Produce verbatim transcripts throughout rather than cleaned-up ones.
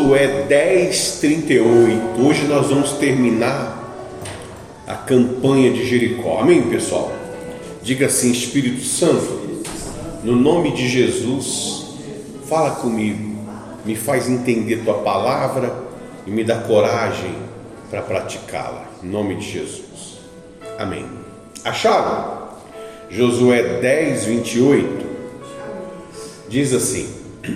Josué dez, trinta e oito. Hoje nós vamos terminar a campanha de Jericó. Amém, pessoal? Diga assim: Espírito Santo, no nome de Jesus, fala comigo, me faz entender tua palavra e me dá coragem para praticá-la. Em nome de Jesus. Amém. Acharam? Josué dez, vinte e oito diz assim: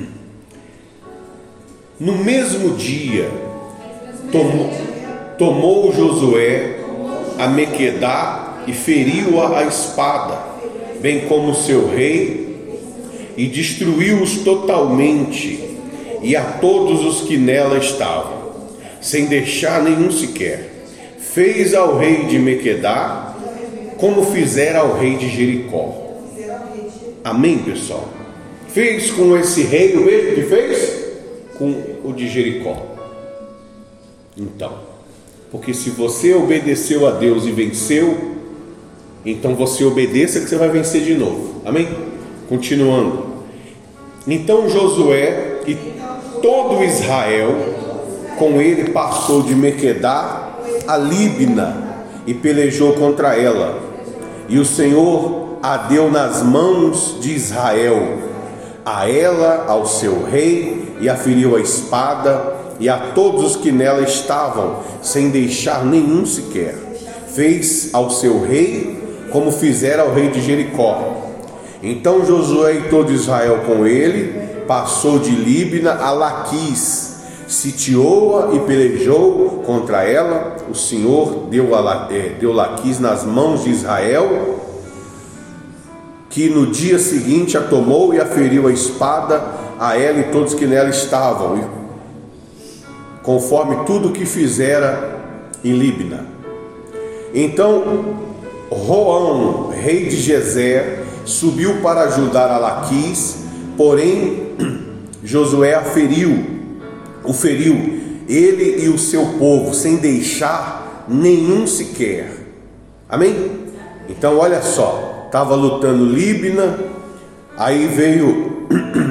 no mesmo dia tomou, tomou Josué a Mequedá e feriu-a à espada, bem como seu rei, e destruiu-os totalmente, e a todos os que nela estavam, sem deixar nenhum sequer. Fez ao rei de Mequedá como fizera ao rei de Jericó. Amém, pessoal? Fez com esse rei o mesmo que fez com o de Jericó. Então, porque se você obedeceu a Deus e venceu, então você obedeça que você vai vencer de novo. Amém? Continuando. Então Josué e todo Israel com ele passou de Mequedá a Líbina e pelejou contra ela. E o Senhor a deu nas mãos de Israel, a ela, ao seu rei, e a feriu a espada, e a todos os que nela estavam, sem deixar nenhum sequer. Fez ao seu rei como fizera ao rei de Jericó. Então Josué e todo Israel com ele passou de Líbina a Laquis, sitiou-a e pelejou contra ela. O Senhor deu, a, deu Laquis nas mãos de Israel, que no dia seguinte a tomou e a feriu a espada, a ela e todos que nela estavam, conforme tudo que fizera em Líbina. Então Roão, rei de Gezer, subiu para ajudar a Laquis, porém Josué a feriu, o feriu, ele e o seu povo, sem deixar nenhum sequer. Amém? Então olha só, estava lutando Líbina, aí veio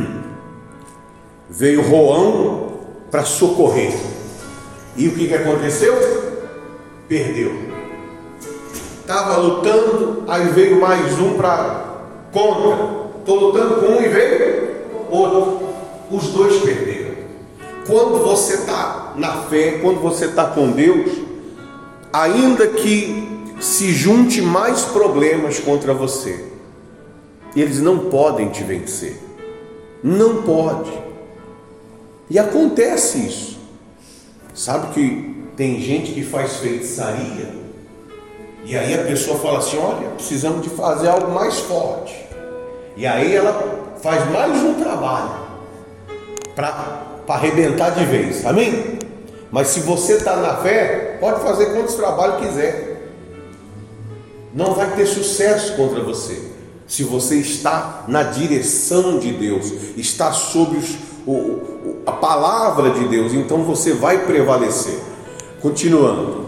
veio Roão para socorrer, e o que, que aconteceu? Perdeu. Estava lutando, aí veio mais um para contra, estou lutando com um e veio outro, os dois perderam. Quando você está na fé, quando você está com Deus, ainda que se junte mais problemas contra você, eles não podem te vencer, não pode. E acontece isso. Sabe que tem gente que faz feitiçaria, e aí a pessoa fala assim: olha, precisamos de fazer algo mais forte, e aí ela faz mais um trabalho para para arrebentar de vez. Amém? Mas se você está na fé, pode fazer quantos trabalhos quiser, não vai ter sucesso contra você. Se você está na direção de Deus, está sob os, o, o, a palavra de Deus, então você vai prevalecer. Continuando,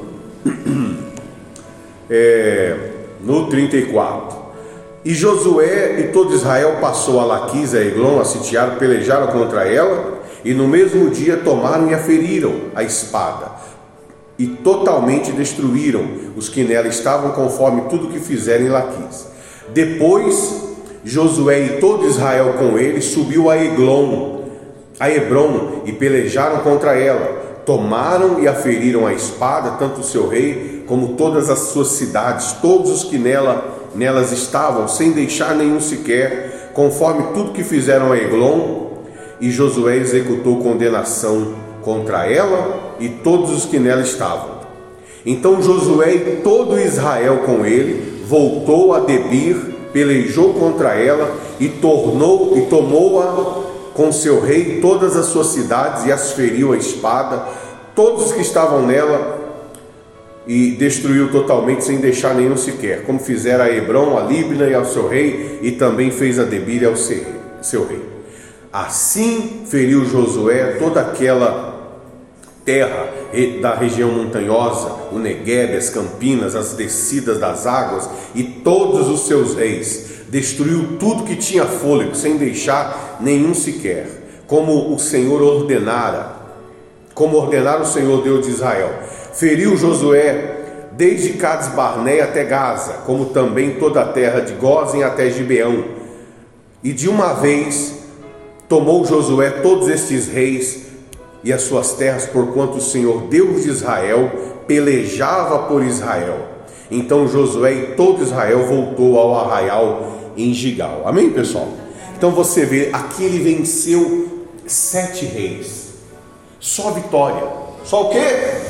é, no trinta e quatro: e Josué e todo Israel passou a Laquis, a Eglon, a sitiar, pelejaram contra ela, e no mesmo dia tomaram e a feriram a espada, e totalmente destruíram os que nela estavam, conforme tudo que fizeram em Laquis. Depois Josué e todo Israel com ele subiu a Eglon, a Hebron, e pelejaram contra ela. Tomaram e a feriram a espada, tanto o seu rei como todas as suas cidades, todos os que nela, nelas estavam, sem deixar nenhum sequer, conforme tudo que fizeram a Eglon. E Josué executou condenação contra ela e todos os que nela estavam. Então Josué e todo Israel com ele voltou a Debir, pelejou contra ela e tornou e tomou-a com seu rei, todas as suas cidades, e as feriu a espada, todos os que estavam nela, e destruiu totalmente, sem deixar nenhum sequer, como fizera a Hebron, a Líbina e ao seu rei, e também fez a Debir e ao seu rei. Assim feriu Josué toda aquela terra da região montanhosa, o Neguebe, as campinas, as descidas das águas, e todos os seus reis. Destruiu tudo que tinha fôlego, sem deixar nenhum sequer, como o Senhor ordenara. como ordenara o Senhor Deus de Israel. Feriu Josué desde Cades Barneia até Gaza, como também toda a terra de Gósen até Gibeão. E de uma vez tomou Josué todos estes reis e as suas terras, porquanto o Senhor Deus de Israel pelejava por Israel. Então Josué e todo Israel voltou ao arraial em Gigal. Amém, pessoal? Então você vê, aqui ele venceu sete reis. Só vitória. Só o quê?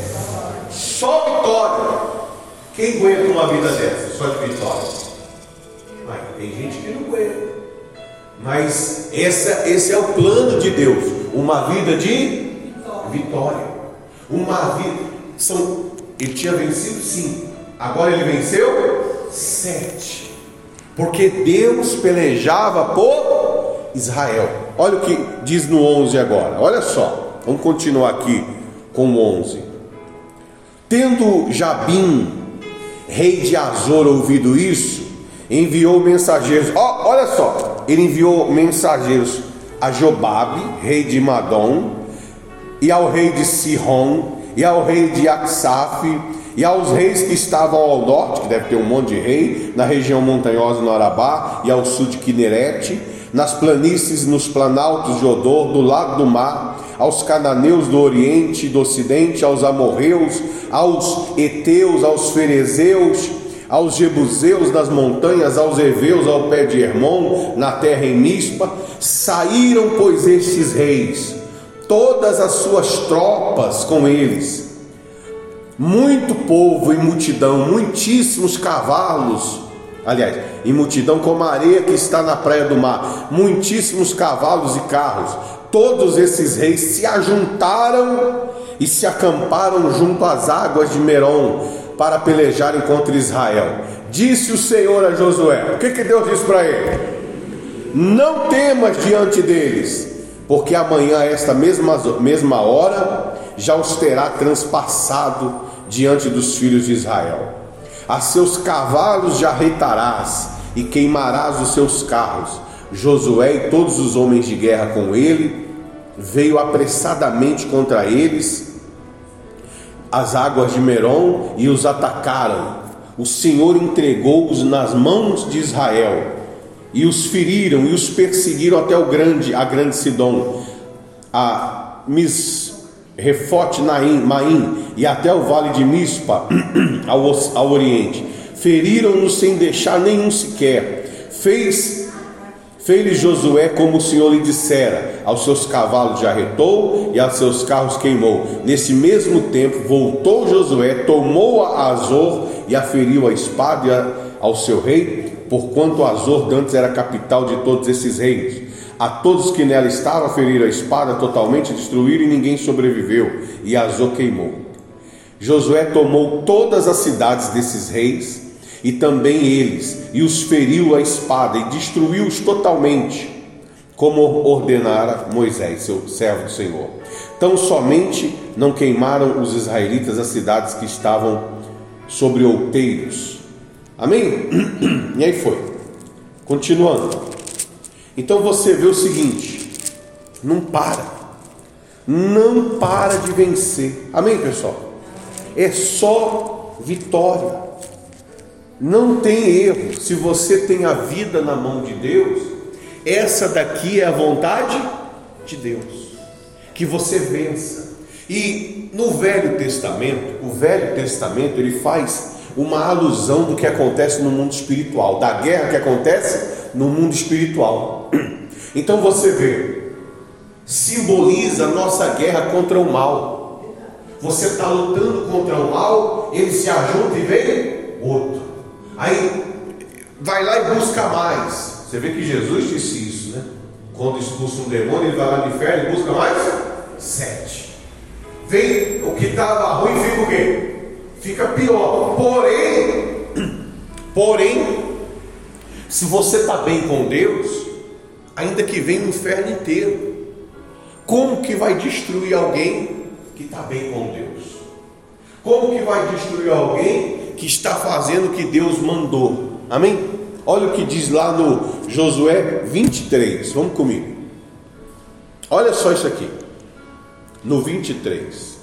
Só vitória. Quem aguenta uma vida dessa? Só de vitória? Mas tem gente que não aguenta. Mas essa, esse é o plano de Deus. Uma vida de vitória. Uma vida. São, ele tinha vencido sim. Agora ele venceu sete. Porque Deus pelejava por Israel. Olha o que diz no onze agora. Olha só. Vamos continuar aqui com o onze. Tendo Jabim, rei de Azor, ouvido isso, enviou mensageiros. Oh, olha só. Ele enviou mensageiros a Jobabe, rei de Madom, e ao rei de Sihon, e ao rei de Aksaf, e aos reis que estavam ao norte, que deve ter um monte de rei, na região montanhosa no Arabá, e ao sul de Quinerete, nas planícies, nos planaltos de Odor, do lado do mar, aos cananeus do oriente e do ocidente, aos amorreus, aos heteus, aos ferezeus, aos jebuseus das montanhas, aos heveus ao pé de Hermon, na terra em Mispa. Saíram, pois, estes reis, todas as suas tropas com eles, muito povo e multidão, muitíssimos cavalos, aliás, e multidão como a areia que está na praia do mar, muitíssimos cavalos e carros. Todos esses reis se ajuntaram e se acamparam junto às águas de Merom para pelejarem contra Israel. Disse o Senhor a Josué, o que, que Deus disse para ele? Não temas diante deles, porque amanhã a esta mesma, mesma hora já os terá transpassado diante dos filhos de Israel. A seus cavalos já reitarás e queimarás os seus carros. Josué e todos os homens de guerra com ele veio apressadamente contra eles as águas de Merom e os atacaram. O Senhor entregou-os nas mãos de Israel e os feriram e os perseguiram até o grande, a grande Sidom, a Misrefote Maim e até o vale de Mispa ao, ao oriente. Feriram-nos sem deixar nenhum sequer. Fez Fez Josué como o Senhor lhe dissera, aos seus cavalos já retou e aos seus carros queimou. Nesse mesmo tempo voltou Josué, tomou a Azor e a feriu a espada ao seu rei, porquanto Azor dantes era a capital de todos esses reinos. A todos que nela estavam feriram a espada, totalmente destruíram e ninguém sobreviveu, e Azor queimou. Josué tomou todas as cidades desses reis, e também eles, e os feriu a espada, e destruiu-os totalmente, como ordenara Moisés, seu servo do Senhor. Tão somente não queimaram os israelitas as cidades que estavam sobre outeiros. Amém? E aí foi. Continuando. Então você vê o seguinte: não para, não para de vencer. Amém, pessoal? É só vitória. Não tem erro. Se você tem a vida na mão de Deus, essa daqui é a vontade de Deus, que você vença. E no Velho Testamento, o Velho Testamento ele faz uma alusão do que acontece no mundo espiritual, da guerra que acontece no mundo espiritual. Então você vê, simboliza a nossa guerra contra o mal. Você está lutando contra o mal, ele se ajunta e vem outro. Aí vai lá e busca mais. Você vê que Jesus disse isso, né? Quando expulsa um demônio, ele vai lá no inferno e busca mais sete. Vem o que estava ruim, fica o quê? Fica pior. Porém, porém, se você está bem com Deus, ainda que venha o inferno inteiro, como que vai destruir alguém que está bem com Deus? Como que vai destruir alguém que está fazendo o que Deus mandou? Amém? Olha o que diz lá no Josué vinte e três. Vamos comigo. Olha só isso aqui. no vinte e três.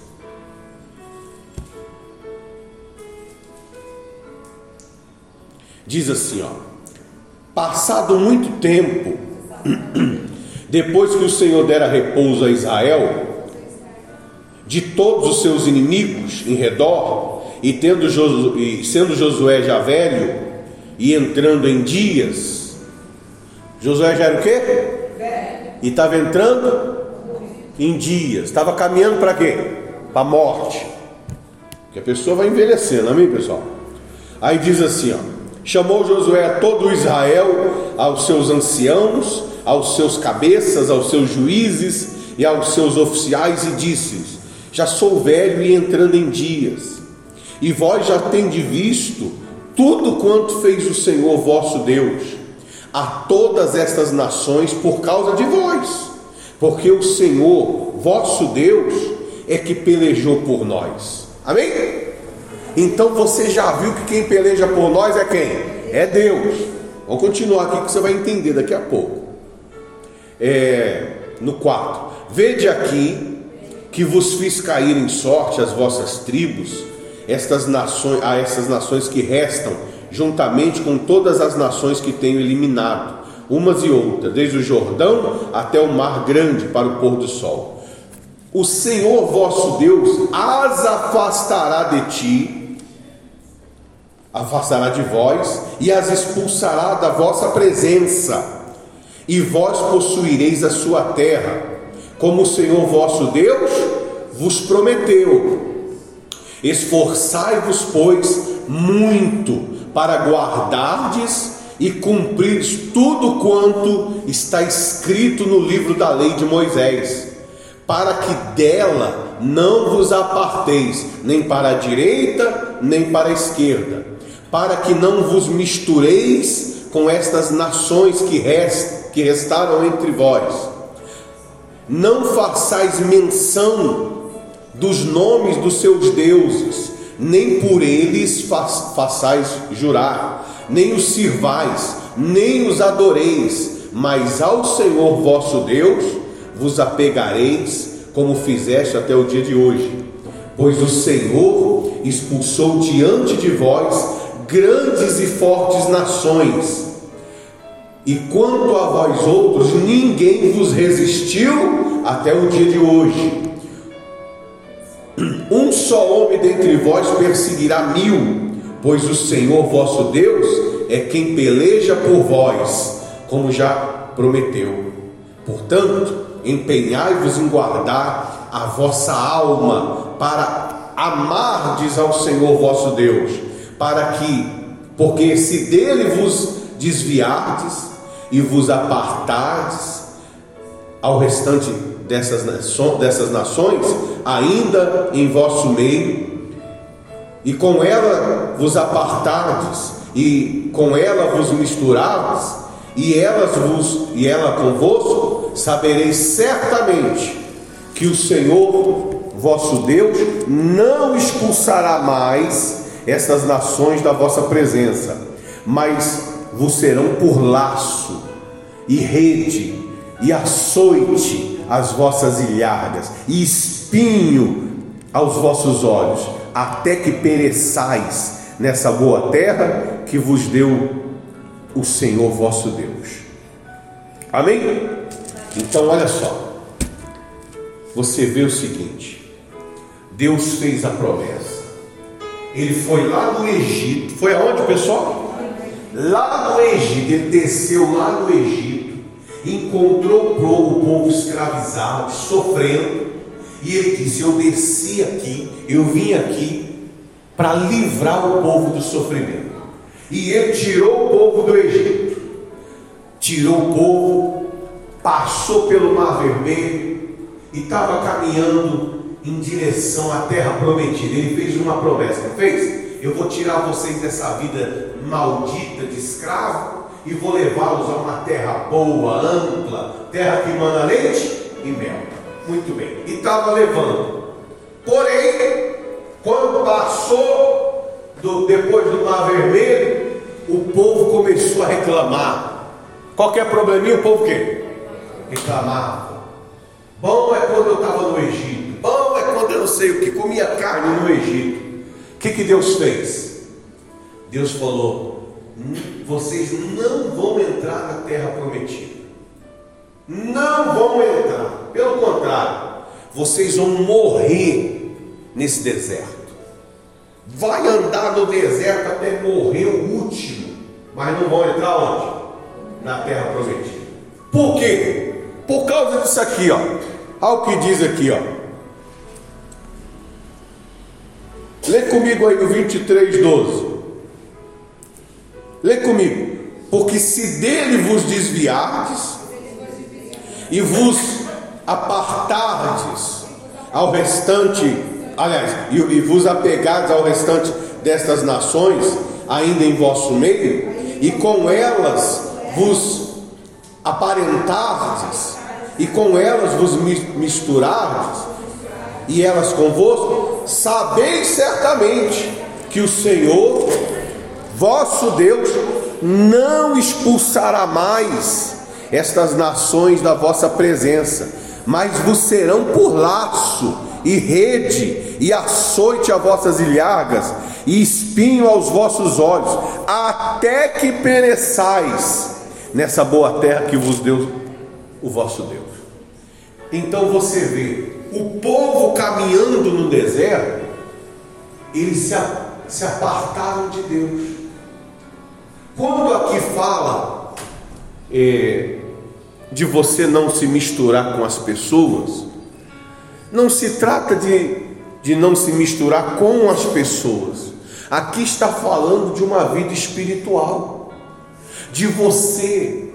Diz assim, ó: passado muito tempo, depois que o Senhor dera repouso a Israel de todos os seus inimigos em redor, e, tendo Josu, e sendo Josué já velho e entrando em dias, Josué já era o quê? Velho. E estava entrando em dias, estava caminhando para quê? Para a morte, porque a pessoa vai envelhecendo, amém, pessoal? Aí diz assim, ó: chamou Josué a todo Israel, aos seus anciãos, aos seus cabeças, aos seus juízes e aos seus oficiais, e disse-lhes: já sou velho e entrando em dias, e vós já tendes visto tudo quanto fez o Senhor vosso Deus a todas estas nações por causa de vós, porque o Senhor vosso Deus é que pelejou por nós. Amém? Então você já viu que quem peleja por nós é quem? É Deus. Vamos continuar aqui que você vai entender daqui a pouco. É, no quatro: vede aqui que vos fiz cair em sorte as vossas tribos, estas nações, a essas nações que restam, juntamente com todas as nações que tenho eliminado, umas e outras, desde o Jordão até o mar grande para o pôr do sol. O Senhor vosso Deus as afastará de ti, afastará de vós, e as expulsará da vossa presença, e vós possuireis a sua terra, como o Senhor vosso Deus vos prometeu. Esforçai-vos, pois, muito para guardardes e cumprirdes tudo quanto está escrito no livro da lei de Moisés, para que dela não vos aparteis, nem para a direita, nem para a esquerda, para que não vos mistureis com estas nações que, rest, que restaram entre vós. Não façais menção dos nomes dos seus deuses, nem por eles fa façais jurar, nem os sirvais, nem os adoreis, mas ao Senhor vosso Deus vos apegareis, como fizeste até o dia de hoje. Pois o Senhor expulsou diante de vós grandes e fortes nações, e quanto a vós outros, ninguém vos resistiu até o dia de hoje. Um só homem dentre vós perseguirá mil, pois o Senhor vosso Deus é quem peleja por vós, como já prometeu. Portanto, empenhai-vos em guardar a vossa alma, para amardes ao Senhor vosso Deus, para que, porque se dele vos desviardes e vos apartardes ao restante dessas nações, dessas nações, ainda em vosso meio, e com ela vos apartardes, e com ela vos misturardes, e elas vos e ela convosco, sabereis certamente que o Senhor vosso Deus não expulsará mais essas nações da vossa presença, mas vos serão por laço e rede e açoite as vossas ilhargas, e espinho aos vossos olhos, até que pereçais nessa boa terra que vos deu o Senhor vosso Deus. Amém? Então olha só, você vê o seguinte: Deus fez a promessa. Ele foi lá no Egito. Foi aonde, pessoal? Lá no Egito. Ele desceu lá no Egito, encontrou o povo escravizado, sofrendo, e ele disse: eu desci aqui, eu vim aqui para livrar o povo do sofrimento. E ele tirou o povo do Egito, tirou o povo, passou pelo Mar Vermelho e estava caminhando em direção à terra prometida. Ele fez uma promessa, não fez? Eu vou tirar vocês dessa vida maldita de escravo e vou levá-los a uma terra boa, ampla, terra que mana leite e mel. Muito bem, e estava levando. Porém, quando passou do, depois do Mar Vermelho, o povo começou a reclamar. Qualquer probleminha, o povo o quê? Reclamava. Bom é quando eu estava no Egito, sei o que, comia carne no Egito. O que, que Deus fez? Deus falou: vocês não vão entrar na terra prometida. Não vão entrar. Pelo contrário, vocês vão morrer nesse deserto. Vai andar no deserto até morrer o último, mas não vão entrar onde? Na terra prometida. Por quê? Por causa disso aqui, ó. Olha o que diz aqui, ó. Lê comigo aí o vinte e três, doze. Lê comigo. Porque se dele vos desviardes e vos apartardes ao restante, aliás, e, e vos apegardes ao restante destas nações, ainda em vosso meio, e com elas vos aparentardes, e com elas vos misturardes, e elas convosco, sabeis certamente que o Senhor, vosso Deus, não expulsará mais estas nações da vossa presença, mas vos serão por laço e rede e açoite a vossas ilhargas e espinho aos vossos olhos, até que pereçais nessa boa terra que vos deu o vosso Deus. Então você vê o povo caminhando no deserto, eles se, se apartaram de Deus. Quando aqui fala é, de você não se misturar com as pessoas, não se trata de, de não se misturar com as pessoas. Aqui está falando de uma vida espiritual, de você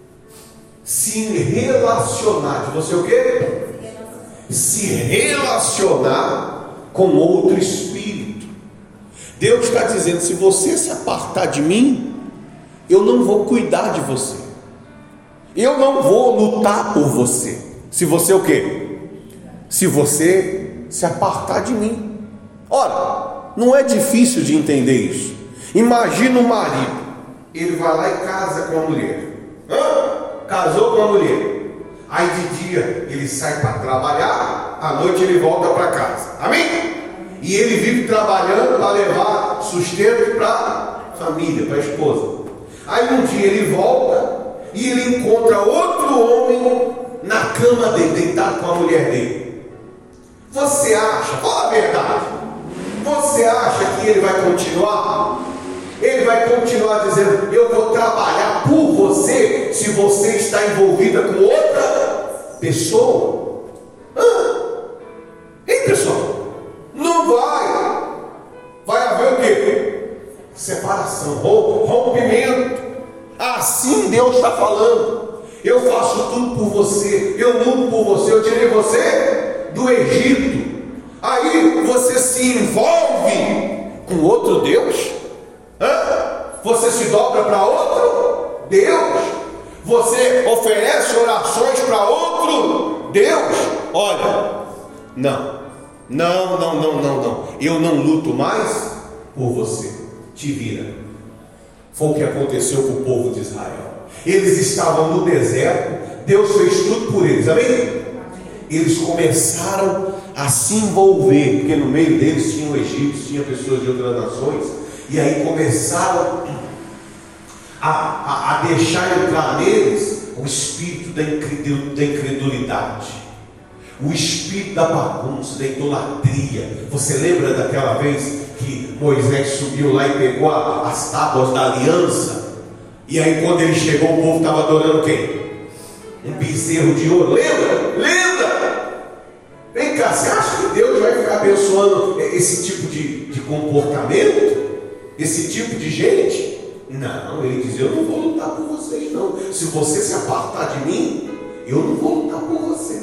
se relacionar, de você o quê? Se relacionar com outro espírito. Deus está dizendo: se você se apartar de mim, eu não vou cuidar de você, eu não vou lutar por você. Se você o quê? Se você se apartar de mim. Ora, não é difícil de entender isso. Imagina o marido, ele vai lá e casa com a mulher. Hã? Casou com a mulher. Aí de dia ele sai para trabalhar, à noite ele volta para casa. Amém? E ele vive trabalhando para levar sustento para a família, para a esposa. Aí um dia ele volta e ele encontra outro homem na cama dele, deitado com a mulher dele. Você acha, fala a verdade, você acha que ele vai continuar? Ele vai continuar dizendo: eu vou trabalhar por você, se você está envolvida com outra pessoa? Hã? Hein, pessoal? Não vai. Vai haver o quê? Separação, rompimento. Assim Deus está falando: eu faço tudo por você, eu luto por você, eu tirei você do Egito. Aí você se envolve com outro Deus? Hã? Você se dobra para outro Deus? Você oferece orações para outro Deus? Olha, não, não, não, não, não, não. Eu não luto mais por você. Te vira. Foi o que aconteceu com o povo de Israel. Eles estavam no deserto, Deus fez tudo por eles, amém? Eles começaram a se envolver, porque no meio deles tinham egípcios, tinha pessoas de outras nações. E aí começaram a, a, a deixar entrar neles o espírito da incredulidade, o espírito da bagunça, da idolatria. Você lembra daquela vez que Moisés subiu lá e pegou a, as tábuas da aliança? E aí quando ele chegou, o povo estava adorando quem? Um bezerro de ouro. Lembra? Lembra? Vem cá, você acha que Deus vai ficar abençoando esse tipo de, de comportamento? Esse tipo de gente? Não, ele diz: eu não vou lutar por vocês não. Se você se apartar de mim, eu não vou lutar por você.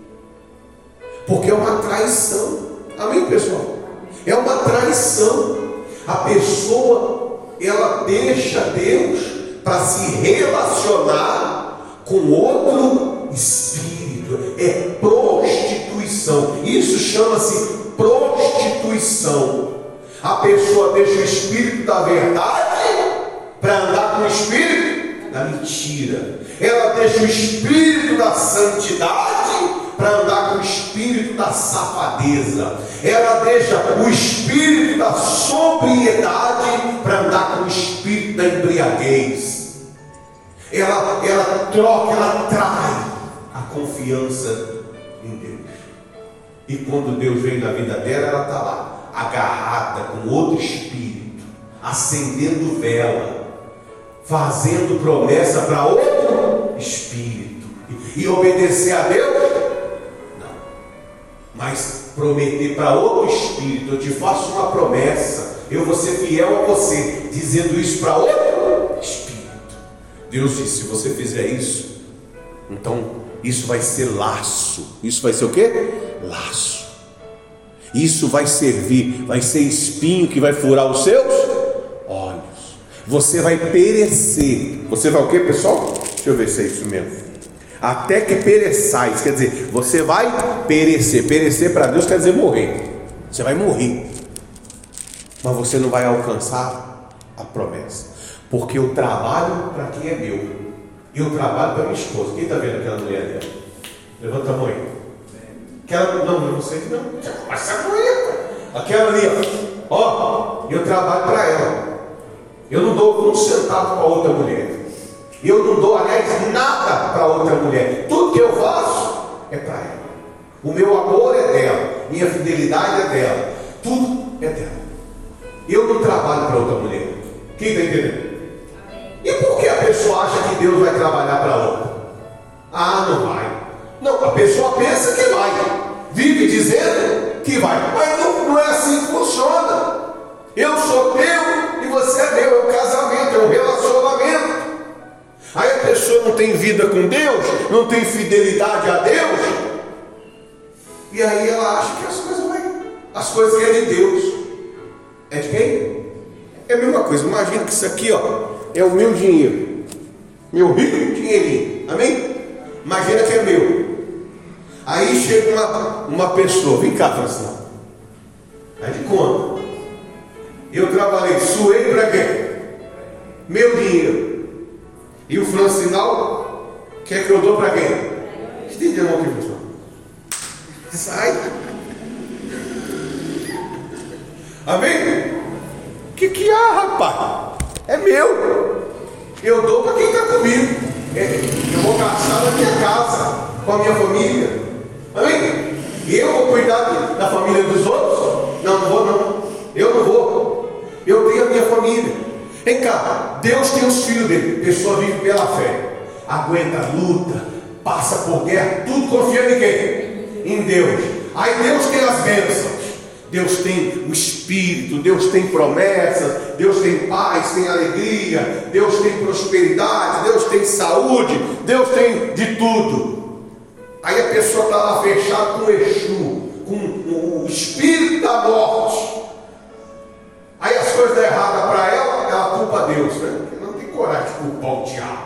Porque é uma traição. Amém, pessoal? É uma traição. A pessoa, ela deixa Deus para se relacionar com outro espírito. É prostituição. Isso chama-se prostituição. A pessoa deixa o espírito da verdade para andar com o espírito da mentira. Ela deixa o espírito da santidade para andar com o espírito da safadeza. Ela deixa o espírito da sobriedade para andar com o espírito da embriaguez. Ela, ela troca, ela trai a confiança em Deus. E quando Deus vem na vida dela, ela está lá, agarrada com outro espírito, acendendo vela, fazendo promessa para outro espírito. E obedecer a Deus? Não. Mas prometer para outro espírito: eu te faço uma promessa, eu vou ser fiel a você, dizendo isso para outro espírito. Deus disse: se você fizer isso, então isso vai ser laço. Isso vai ser o quê? Laço. Isso vai servir, vai ser espinho que vai furar os seus olhos. Você vai perecer. Você vai o quê, pessoal? Deixa eu ver se é isso mesmo. Até que pereçais, quer dizer, você vai perecer. Perecer para Deus quer dizer morrer. Você vai morrer, mas você não vai alcançar a promessa, porque eu trabalho para quem é meu. Eu trabalho para minha esposa. Quem está vendo aquela mulher dela? Levanta a mão aí. Aquela, não, não sei, não. Mas essa mulher, aquela ali, ó. Ó, eu trabalho para ela. Eu não dou um centavo para outra mulher. Eu não dou, aliás, nada para outra mulher. Tudo que eu faço é para ela. O meu amor é dela. Minha fidelidade é dela. Tudo é dela. Eu não trabalho para outra mulher. Quem está entendendo? E por que a pessoa acha que Deus vai trabalhar para outra? Ah, não vai. Não, a pessoa pensa que vai. Vive dizendo que vai. Mas não, não é assim que funciona. Eu sou teu e você é meu. É um casamento, é um relacionamento. Aí a pessoa não tem vida com Deus, não tem fidelidade a Deus, e aí ela acha que as coisas vai, as coisas que é de Deus. É de quem? É a mesma coisa. Imagina que isso aqui, ó, é o meu dinheiro, meu rico dinheirinho, amém? Imagina que é meu. Aí chega uma, uma pessoa: vem cá, Francisco, aí de conta, eu trabalhei, suei para quê? Meu dinheiro. E o Francinal quer que eu dou para quem? Estende a mão aqui, pessoal. Sai. Amém? O que que há, rapaz? É meu. Eu dou para quem está comigo. Eu vou gastar na minha casa, com a minha família. Amém? E eu vou cuidar da família dos outros? Não, não vou não. Eu não vou. Eu tenho a minha família. Vem cá, Deus tem os filhos dele. A pessoa vive pela fé, aguenta a luta, passa por guerra, tudo confiando em quem? Em Deus. Aí Deus tem as bênçãos, Deus tem o Espírito, Deus tem promessas, Deus tem paz, tem alegria, Deus tem prosperidade, Deus tem saúde, Deus tem de tudo. Aí a pessoa está lá fechada com o Exu, com o Espírito da morte. Aí as coisas dão errado para ela, ela culpa Deus, né? Porque não tem coragem de culpar o diabo.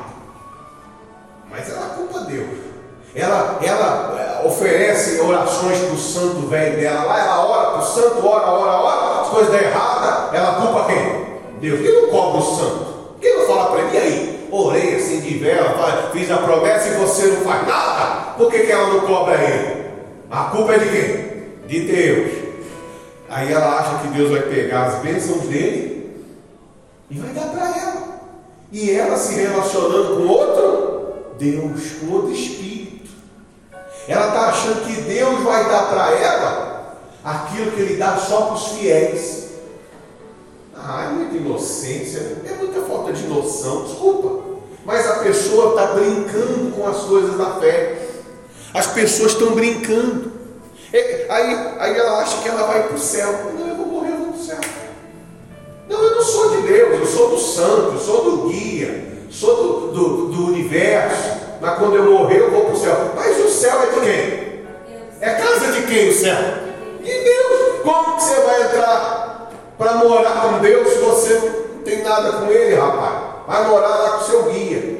Mas ela culpa Deus. Ela, ela oferece orações para o santo velho dela lá, ela ora para o santo, ora, ora, ora, as coisas dão errado, ela culpa quem? Deus. Quem não cobra o santo? Quem não fala para ele: e aí? Orei assim de vela, fiz a promessa e você não faz nada. Por que, que ela não cobra ele? A culpa é de quem? De Deus. Aí ela acha que Deus vai pegar as bênçãos dele e vai dar para ela. E ela se relacionando com outro Deus, com outro Espírito. Ela está achando que Deus vai dar para ela aquilo que Ele dá só para os fiéis. Ah, é muita inocência, é muita falta de noção, desculpa. Mas a pessoa está brincando com as coisas da fé. As pessoas estão brincando. Aí, aí ela acha que ela vai para o céu. Não, eu vou morrer, eu vou para o céu. Não, eu não sou de Deus, eu sou do santo, eu sou do guia, sou do, do, do universo. Mas quando eu morrer, eu vou para o céu. Mas o céu é de quem? É casa de quem o céu? De Deus. Como que você vai entrar para morar com Deus se você não tem nada com Ele, rapaz? Vai morar lá com o seu guia.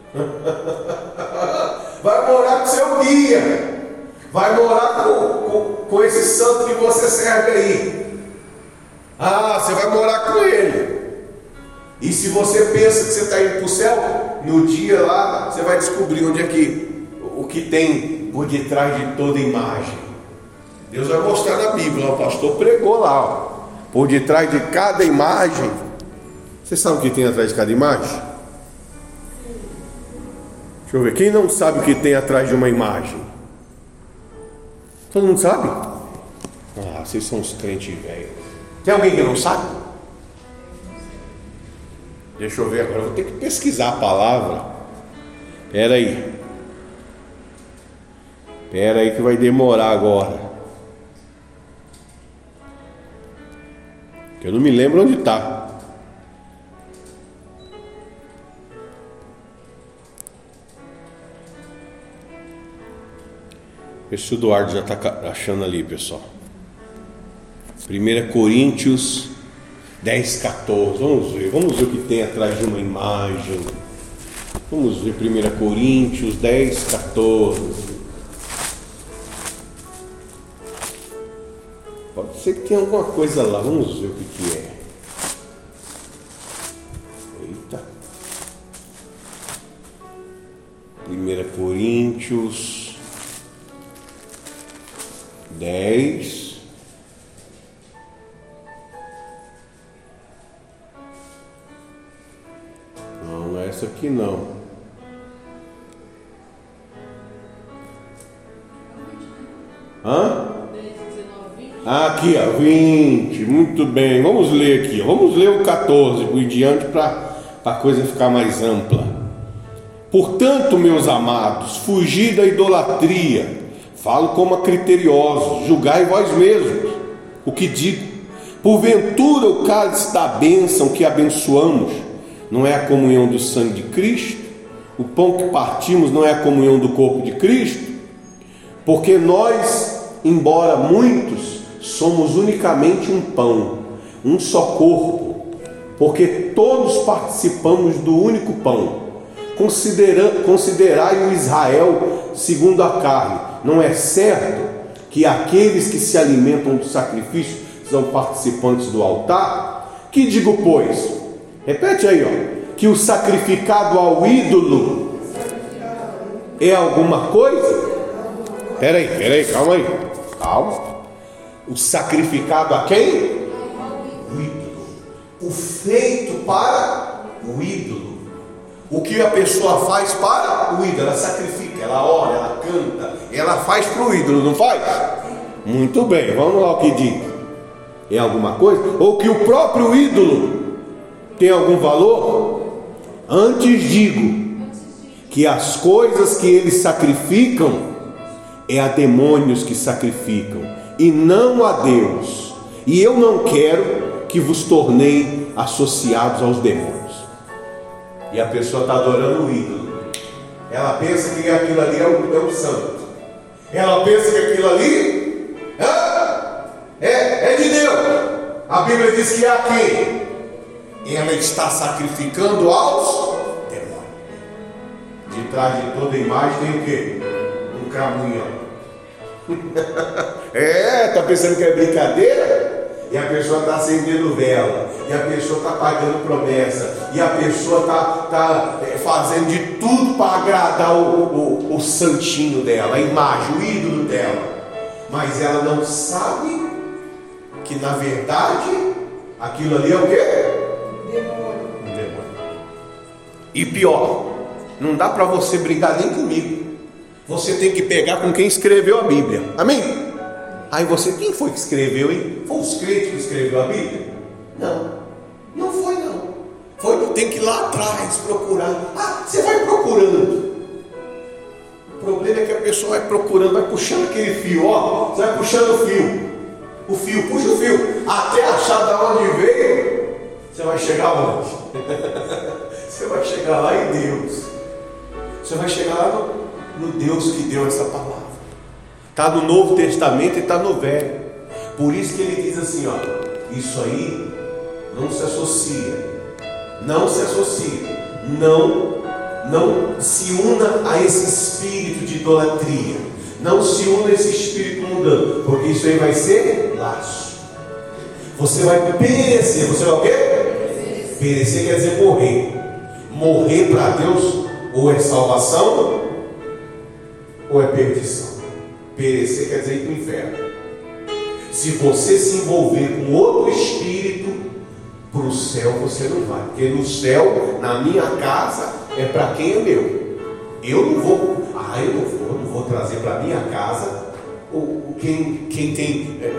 Vai morar com o seu guia. Vai morar com, com, com esse santo que você serve aí. Ah, você vai morar com ele. E se você pensa que você está indo para o céu, no dia lá, você vai descobrir onde é que, o que tem por detrás de toda imagem. Deus vai mostrar na Bíblia, o pastor pregou lá, ó. Por detrás de cada imagem. Você sabe o que tem atrás de cada imagem? Deixa eu ver, quem não sabe o que tem atrás de uma imagem? Todo mundo sabe? Ah, vocês são uns crentes velhos. Tem alguém que não sabe? Deixa eu ver agora, eu vou ter que pesquisar a palavra. Espera aí. Espera aí que vai demorar agora. Eu não me lembro onde está. Vê se o Eduardo já está achando ali, pessoal. primeira Coríntios dez, quatorze. Vamos ver, vamos ver o que tem atrás de uma imagem. Vamos ver primeira Coríntios dez, quatorze. Pode ser que tenha alguma coisa lá, vamos ver o que, que é. Eita. primeira Coríntios dez. Não, não é essa aqui não. Hã? Ah, aqui, ó, vinte, muito bem, vamos ler aqui, ó. Vamos ler o quatorze por diante para a coisa ficar mais ampla. Portanto, meus amados, fugi da idolatria, falo como a criteriosos, julgai vós mesmos o que digo. Porventura o cálice da bênção que abençoamos não é a comunhão do sangue de Cristo? O pão que partimos não é a comunhão do corpo de Cristo? Porque nós, embora muitos, somos unicamente um pão, um só corpo, porque todos participamos do único pão. Considera, considerai o Israel segundo a carne. Não é certo que aqueles que se alimentam do sacrifício são participantes do altar? Que digo, pois? Repete aí, ó. Que o sacrificado ao ídolo é alguma coisa? Peraí, peraí, calma aí. Calma. O sacrificado a quem? O ídolo. O feito para o ídolo. O que a pessoa faz para o ídolo? Ela sacrifica, ela ora, ela canta, ela faz para o ídolo, não faz? Muito bem, vamos lá o que diz. É alguma coisa? Ou que o próprio ídolo tem algum valor? Antes digo que as coisas que eles sacrificam é a demônios que sacrificam, e não a Deus. E eu não quero que vos tornei associados aos demônios. E a pessoa está adorando o ídolo. Ela pensa que aquilo ali é o, é o santo. Ela pensa que aquilo ali é, é, é de Deus. A Bíblia diz que é a quem? Ela está sacrificando aos demônios. De trás de toda imagem tem o quê? Um cramunhão. É, tá pensando que é brincadeira? E a pessoa está acendendo vela, e a pessoa está pagando promessa, e a pessoa está tá fazendo de tudo para agradar o, o, o santinho dela, a imagem, o ídolo dela. Mas ela não sabe que na verdade aquilo ali é o quê? Demônio. Um demônio. E pior, não dá para você brigar nem comigo. Você tem que pegar com quem escreveu a Bíblia. Amém? Aí você, quem foi que escreveu, hein? Foi os crentes que escreveu a Bíblia? Não, não foi não. Foi, tem que ir lá atrás procurar. Ah, você vai procurando. O problema é que a pessoa vai procurando, vai puxando aquele fio, ó. Você vai puxando o fio. O fio, puxa o fio. Até achar de onde veio, você vai chegar onde? Você vai chegar lá em Deus. Você vai chegar lá no, no Deus que deu essa palavra. Está no Novo Testamento e está no Velho. Por isso que ele diz assim, ó, isso aí não se associa, não se associa, não, não se una a esse espírito de idolatria, não se una a esse espírito mundano, porque isso aí vai ser laço. Você vai perecer. Você vai o quê? Perecer quer dizer morrer. Morrer para Deus ou é salvação ou é perdição? Perecer quer dizer ir para o inferno. Se você se envolver com outro espírito, para o céu você não vai. Porque no céu, na minha casa, é para quem é meu. Eu não vou, ah, eu não vou, não vou trazer para minha casa o, o, quem, quem tem é,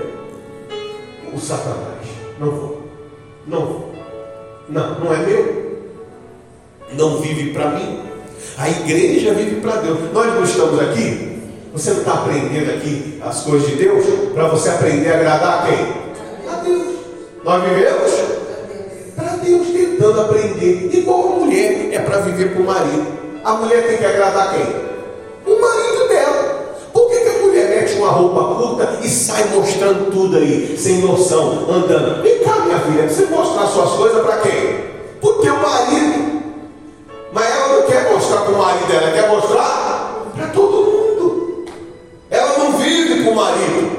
o Satanás. Não vou. Não vou. Não, não é meu. Não vive para mim. A igreja vive para Deus. Nós não estamos aqui. Você não está aprendendo aqui as coisas de Deus para você aprender a agradar a quem? A Deus. Nós vivemos para Deus, tentando aprender. Igual a mulher é para viver para o marido. A mulher tem que agradar quem? O marido dela. Por que, que a mulher mete uma roupa curta e sai mostrando tudo aí, sem noção, andando? Vem cá, minha filha, você mostrar suas coisas para quem? Para o teu marido. Mas ela não quer mostrar para o marido dela, ela quer mostrar para todo mundo. Ela não vive com o marido.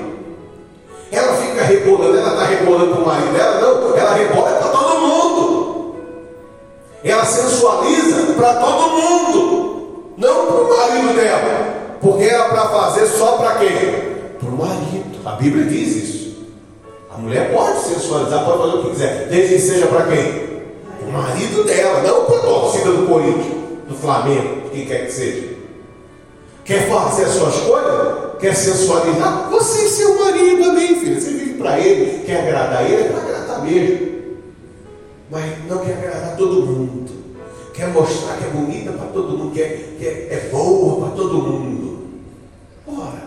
Ela fica rebolando, ela está rebolando para o marido dela? Não, ela rebola para todo mundo. Ela sensualiza para todo mundo, não para o marido dela, porque era para fazer só para quem? Para o marido. A Bíblia diz isso. A mulher pode sensualizar, pode fazer o que quiser, desde que seja para quem? O marido dela, não para a torcida do Corinthians, do Flamengo, quem quer que seja. Quer fazer as suas coisas? Quer sensualizar? Você e seu marido, amém, filho. Você vive para ele, quer agradar ele, é para agradar mesmo. Mas não quer agradar todo mundo. Quer mostrar que é bonita para todo mundo, que é, que é, é boa para todo mundo. Ora,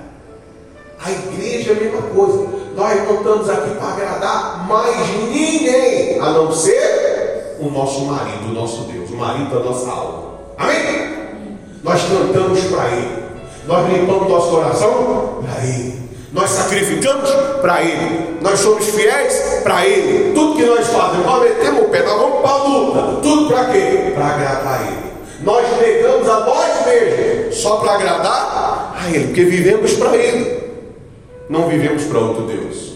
a igreja é a mesma coisa. Nós não estamos aqui para agradar mais ninguém, a não ser o nosso marido, o nosso Deus, o marido da nossa alma. Amém? Nós cantamos para ele. Nós limpamos nosso coração para ele. Nós sacrificamos para ele. Nós somos fiéis para ele. Tudo que nós fazemos, nós metemos o pé, nós vamos para a luta. Tudo para quê? Para agradar a ele. Nós negamos a nós mesmos só para agradar a ele, porque vivemos para ele. Não vivemos para outro Deus.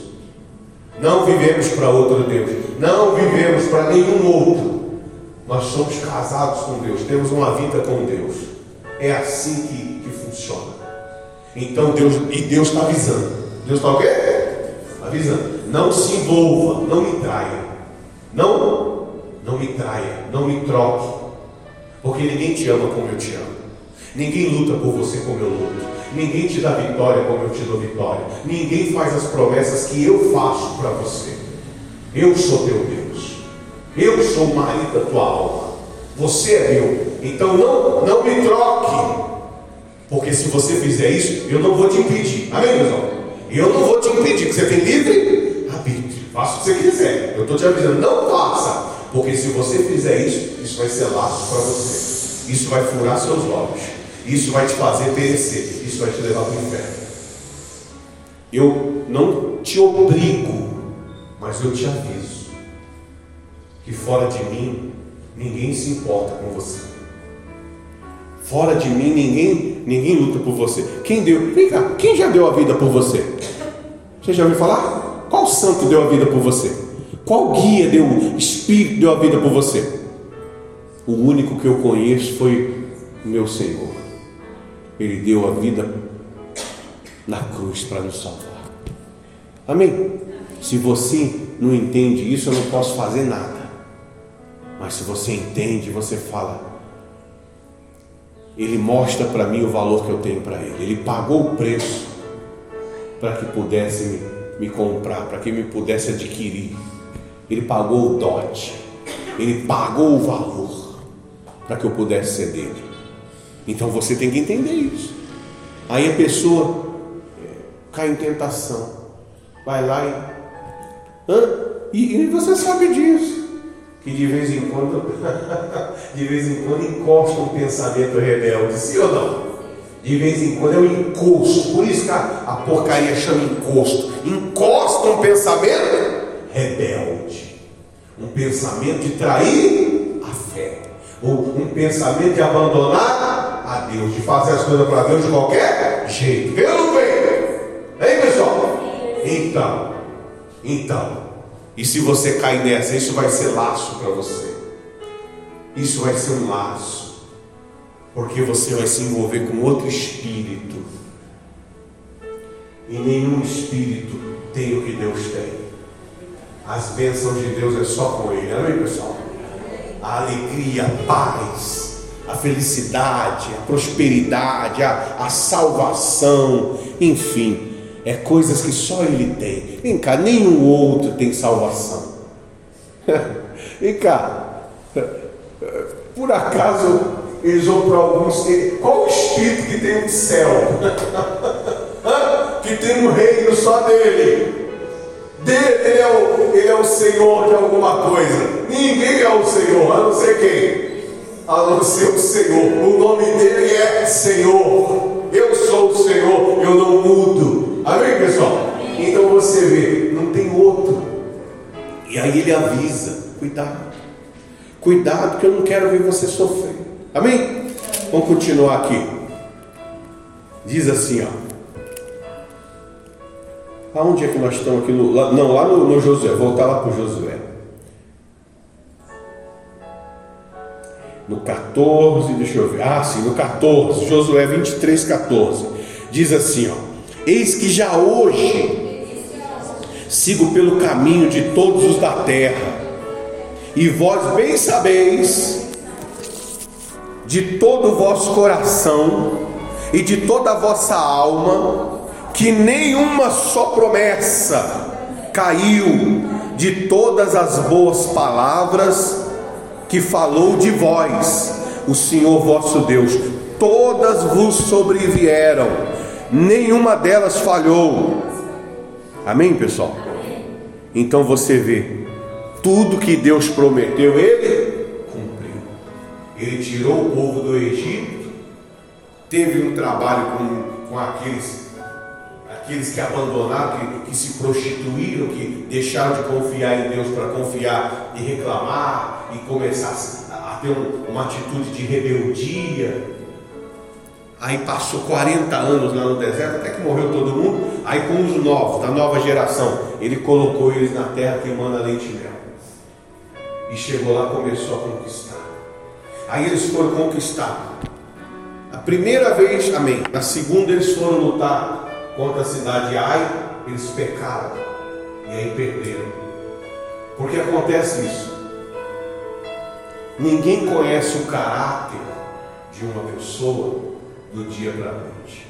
Não vivemos para outro Deus. Não vivemos para nenhum outro. Nós somos casados com Deus. Temos uma vida com Deus. É assim que funciona. Então Deus, e Deus está avisando. Deus está o quê? Avisando. Não se envolva, não me traia. Não, não me traia, não me troque. Porque ninguém te ama como eu te amo. Ninguém luta por você como eu luto. Ninguém te dá vitória como eu te dou vitória. Ninguém faz as promessas que eu faço para você. Eu sou teu Deus. Eu sou o marido da tua alma. Você é meu. Então não, não me troque. Porque se você fizer isso, eu não vou te impedir. Amém, meus irmãos? Eu não vou te impedir, porque você tem livre arbítrio. Faça o que você quiser. Eu estou te avisando, não faça. Porque se você fizer isso, isso vai ser laço para você. Isso vai furar seus olhos. Isso vai te fazer perecer. Isso vai te levar para o inferno. Eu não te obrigo, mas eu te aviso que fora de mim, ninguém se importa com você. Fora de mim, ninguém, ninguém luta por você. Quem deu? Vem cá, quem já deu a vida por você? Você já ouviu falar? Qual santo deu a vida por você? Qual guia deu, espírito deu a vida por você? O único que eu conheço foi o meu Senhor. Ele deu a vida na cruz para nos salvar. Amém? Se você não entende isso, eu não posso fazer nada. Mas se você entende, você fala: Ele mostra para mim o valor que eu tenho para Ele. Ele pagou o preço para que pudesse me, me comprar, para que me pudesse adquirir. Ele pagou o dote. Ele pagou o valor para que eu pudesse ser dele. Então você tem que entender isso. Aí a pessoa cai em tentação, vai lá e, Hã? e, e você sabe disso. Que de vez em quando, de vez em quando encosta um pensamento rebelde, sim ou não? De vez em quando é um encosto, por isso que a, a porcaria chama encosto. Encosta um pensamento rebelde, um pensamento de trair a fé, ou um pensamento de abandonar a Deus, de fazer as coisas para Deus de qualquer jeito. Vem ou não vem? Hein, pessoal? Então, então. E se você cair nessa, isso vai ser laço para você. Isso vai ser um laço. Porque você vai se envolver com outro espírito. E nenhum espírito tem o que Deus tem. As bênçãos de Deus é só com Ele. Amém, pessoal? A alegria, a paz, a felicidade, a prosperidade, a, a salvação, enfim, é coisas que só Ele tem. Vem cá, nenhum outro tem salvação. Vem cá, por acaso eles vão para alguns. Qual o espírito que tem no céu? Que tem um reino só dele? Dele, ele, é o, ele é o Senhor de alguma coisa. Ninguém é o Senhor, a não ser quem? A não ser o Senhor. O nome dele é Senhor. Eu sou o Senhor, eu não mudo. Amém, pessoal? Então você vê, não tem outro. E aí ele avisa: cuidado, cuidado, que eu não quero ver você sofrer. Amém? Vamos continuar aqui. Diz assim, ó. Aonde é que nós estamos aqui? No, lá, não, lá no, no Josué. Voltar lá para o Josué. No catorze, deixa eu ver. Ah, sim, no catorze. Josué vinte e três, catorze. Diz assim, ó. Eis que já hoje sigo pelo caminho de todos os da terra. E vós bem sabeis, de todo o vosso coração e de toda a vossa alma, que nenhuma só promessa caiu de todas as boas palavras que falou de vós o Senhor vosso Deus. Todas vos sobrevieram, nenhuma delas falhou. Amém, pessoal? Então você vê, tudo que Deus prometeu, Ele cumpriu. Ele tirou o povo do Egito, teve um trabalho com, com aqueles Aqueles que abandonaram, que, que se prostituíram, que deixaram de confiar em Deus para confiar e reclamar e começar a ter um, uma atitude de rebeldia. Aí passou quarenta anos lá no deserto, até que morreu todo mundo. Aí com os novos, da nova geração, Ele colocou eles na terra que emana leite e mel. E chegou lá e começou a conquistar. Aí eles foram conquistar. A primeira vez, amém. Na segunda eles foram lutar contra a cidade de Ai, eles pecaram e aí perderam. Porque acontece isso. Ninguém conhece o caráter de uma pessoa do dia para a noite.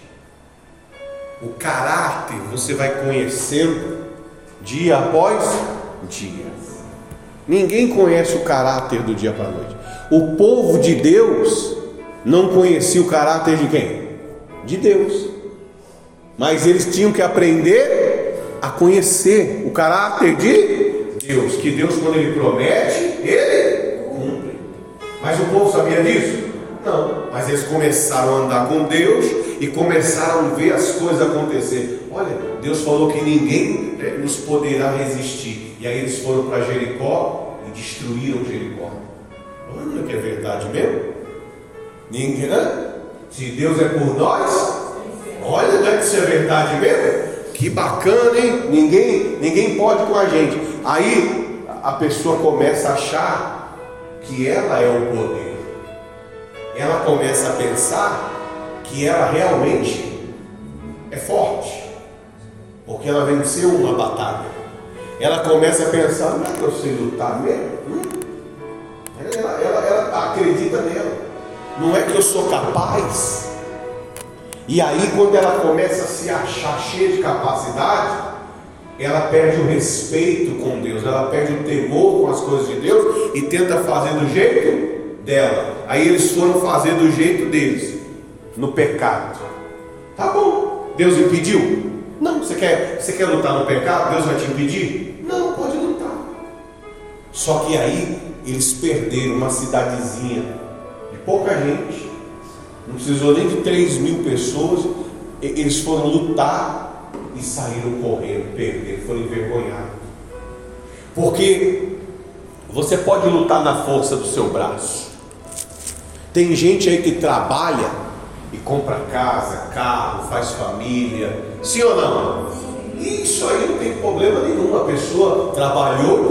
O caráter você vai conhecendo dia após dia. Ninguém conhece o caráter do dia para a noite. O povo de Deus não conhecia o caráter de quem? De Deus. Mas eles tinham que aprender a conhecer o caráter de Deus. Que Deus, quando Ele promete, Ele cumpre. Mas o povo sabia disso? Não. Mas eles começaram a andar com Deus e começaram a ver as coisas acontecer. Olha, Deus falou que ninguém nos poderá resistir. E aí eles foram para Jericó e destruíram Jericó. Olha que é verdade mesmo. Ninguém, né? Se Deus é por nós, olha, não é que isso é verdade mesmo? Que bacana, hein? Ninguém, ninguém pode com a gente. Aí a pessoa começa a achar que ela é o poder. Ela começa a pensar que ela realmente é forte, porque ela venceu uma batalha. Ela começa a pensar: não é que eu sei lutar mesmo? Hum? Ela, ela, ela acredita nela. Não é que eu sou capaz. E aí, quando ela começa a se achar cheia de capacidade, ela perde o respeito com Deus, ela perde o temor com as coisas de Deus e tenta fazer do jeito dela. Aí eles foram fazer do jeito deles, no pecado. Tá bom, Deus impediu? Não. Você quer, você quer lutar no pecado? Deus vai te impedir? Não, pode lutar. Só que aí eles perderam uma cidadezinha de pouca gente. Não precisou nem de três mil pessoas. Eles foram lutar e saíram correndo, perderam, foram envergonhados. Porque você pode lutar na força do seu braço. Tem gente aí que trabalha e compra casa, carro, faz família. Sim ou não? Isso aí não tem problema nenhum. A pessoa trabalhou e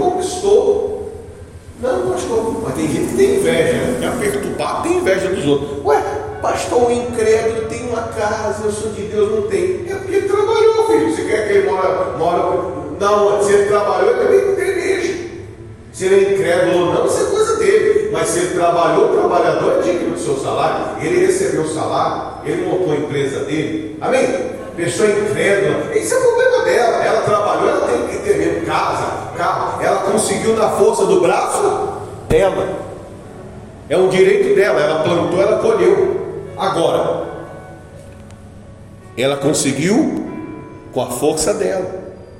conquistou. Não, pastor, mas tem gente que tem inveja, quer perturbar, tem inveja dos outros. Ué, pastor, o incrédulo tem uma casa, eu sou de Deus, não tem. É porque ele trabalhou, filho. Você quer que ele mora, mora... Não, se ele trabalhou, ele também não tem igreja. Se ele é incrédulo ou não, isso é coisa dele. Mas se ele trabalhou, o trabalhador é digno do seu salário. Ele recebeu o salário, ele montou a empresa dele. Amém? Pessoa incrédula, esse é o problema dela. Ela trabalhou, ela tem que ter mesmo casa, carro. Ela conseguiu na força do braço dela. É um direito dela. Ela plantou, ela colheu. Agora, ela conseguiu com a força dela.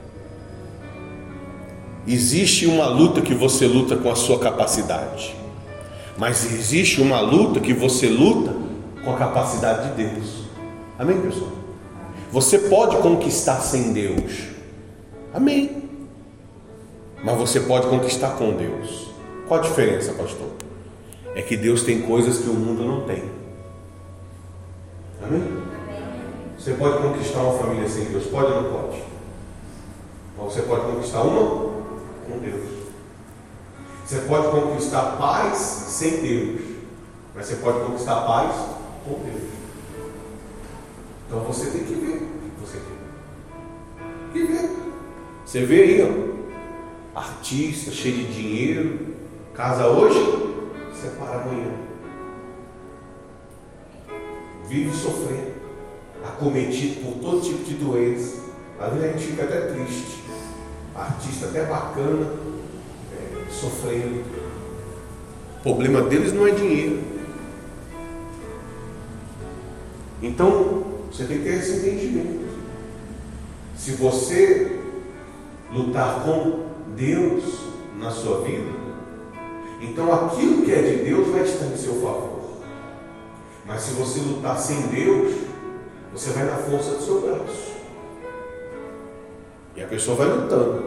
Existe uma luta que você luta com a sua capacidade, mas existe uma luta que você luta com a capacidade de Deus. Amém, pessoal? Você pode conquistar sem Deus. Amém. Mas você pode conquistar com Deus. Qual a diferença, pastor? É que Deus tem coisas que o mundo não tem. Amém? Você pode conquistar uma família sem Deus? Pode ou não pode? Mas você pode conquistar uma com Deus. Você pode conquistar paz sem Deus, mas você pode conquistar paz com Deus. Então você tem que ver. Você tem que ver. Você vê aí, ó, artista cheio de dinheiro, casa hoje, separa amanhã. Vive sofrendo, acometido por todo tipo de doença. Às vezes a gente fica até triste. Artista até bacana, é, sofrendo. O problema deles não é dinheiro. Então você tem que ter esse entendimento. Se você lutar com Deus na sua vida, então aquilo que é de Deus vai estar em seu favor. Mas se você lutar sem Deus, você vai na força do seu braço. E a pessoa vai lutando.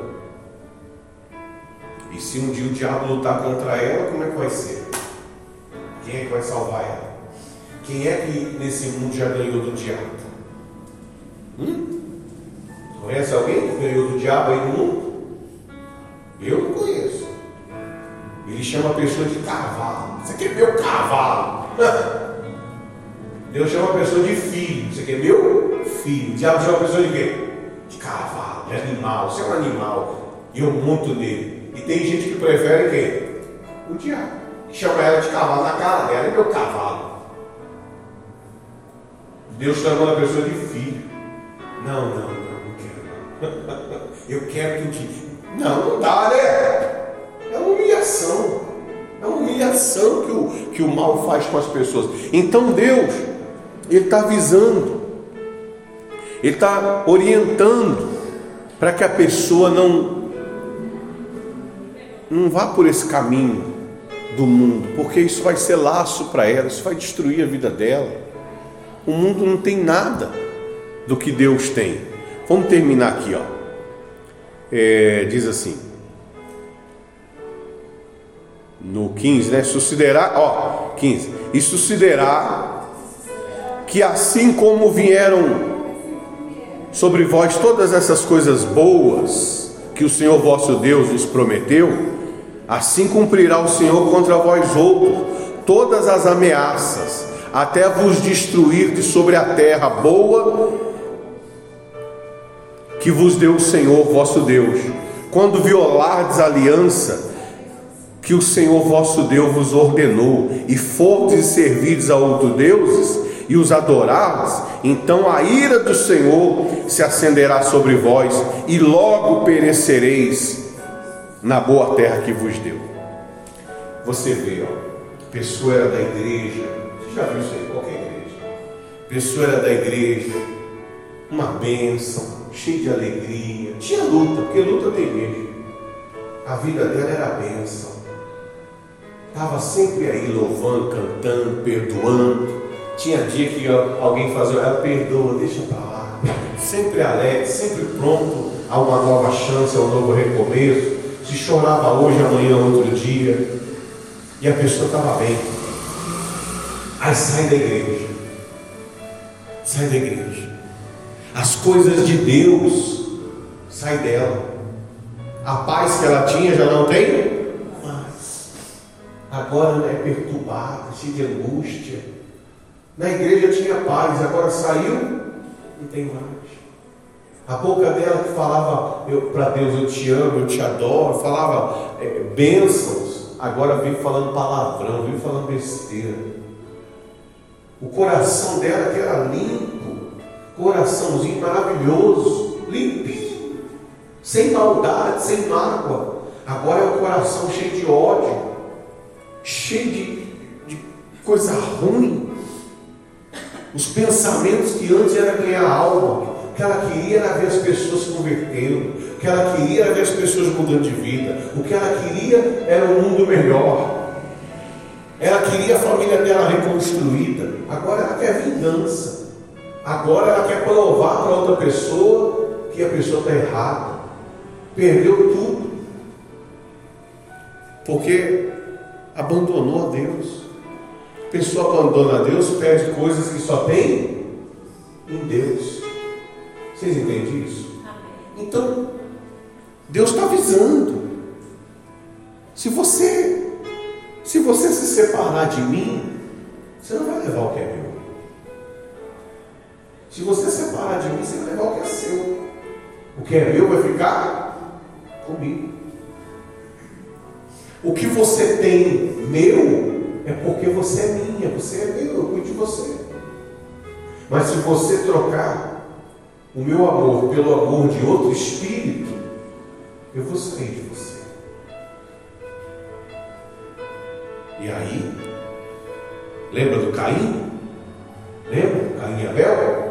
E se um dia o diabo lutar contra ela, como é que vai ser? Quem é que vai salvar ela? Quem é que nesse mundo já ganhou do diabo? Hum? Conhece alguém que ganhou do diabo aí no mundo? Eu não conheço. Ele chama a pessoa de cavalo. Você quer meu cavalo? Deus chama a pessoa de filho. Você quer meu filho? O diabo chama a pessoa de quê? De cavalo, de animal. Você é um animal e eu monto nele. E tem gente que prefere quem? O diabo, que chama ela de cavalo na cara dela. É meu cavalo. Deus chamando a pessoa de filho. Não, não, não, não quero. Eu quero que o te... Não, não dá, né? É uma humilhação. É uma humilhação que o, que o mal faz com as pessoas. Então Deus, Ele está avisando, Ele está orientando para que a pessoa não, não vá por esse caminho do mundo, porque isso vai ser laço para ela, isso vai destruir a vida dela. O mundo não tem nada do que Deus tem. Vamos terminar aqui, ó. É, diz assim, no quinze, né? Sucederá, ó, quinze. E sucederá que assim como vieram sobre vós todas essas coisas boas que o Senhor vosso Deus vos prometeu, assim cumprirá o Senhor contra vós outros todas as ameaças, até vos destruir de sobre a terra boa que vos deu o Senhor vosso Deus, quando violardes a aliança que o Senhor vosso Deus vos ordenou, e fordes e servirdes a outros deuses, e os adorardes, então a ira do Senhor se acenderá sobre vós, e logo perecereis na boa terra que vos deu. Você vê, ó, a pessoa era da igreja, você já viu isso aí, qualquer igreja, a pessoa era da igreja, uma bênção, cheia de alegria, tinha luta, porque luta tem mesmo, a vida dela era bênção, estava sempre aí louvando, cantando, perdoando. Tinha dia que alguém fazia, ela perdoa, deixa para lá, sempre alegre, sempre pronto a uma nova chance, a um novo recomeço. Se chorava hoje, amanhã, outro dia, e a pessoa estava bem. Aí sai da igreja, sai da igreja, as coisas de Deus sai dela, a paz que ela tinha já não tem mais, agora ela é perturbada, cheia de angústia. Na igreja tinha paz, agora saiu, não tem mais. A boca dela que falava para Deus, eu te amo, eu te adoro, falava é, bênçãos, agora veio falando palavrão, veio falando besteira. O coração dela que era limpo, coraçãozinho maravilhoso, limpinho, sem maldade, sem mágoa. Agora é o coração cheio de ódio, cheio de, de coisa ruim. Os pensamentos que antes era ganhar alma, o que ela queria era ver as pessoas se convertendo, o que ela queria era ver as pessoas mudando de vida, o que ela queria era um mundo melhor, ela queria a família dela reconstruída. Agora ela quer vingança, agora ela quer provar para outra pessoa que a pessoa está errada, perdeu tudo, porque abandonou a Deus. A pessoa abandona a Deus, perde coisas que só tem em Deus. Vocês entendem isso? Então, Deus está avisando. Se você, se você se separar de mim, você não vai levar o que é meu. Se você separar de mim, você vai levar o que é seu. O que é meu vai ficar comigo. O que você tem meu é porque você é minha, você é meu, eu cuido de você. Mas se você trocar o meu amor pelo amor de outro espírito, eu vou sair de você. E aí, lembra do Caim? Lembra? Caim e Abel?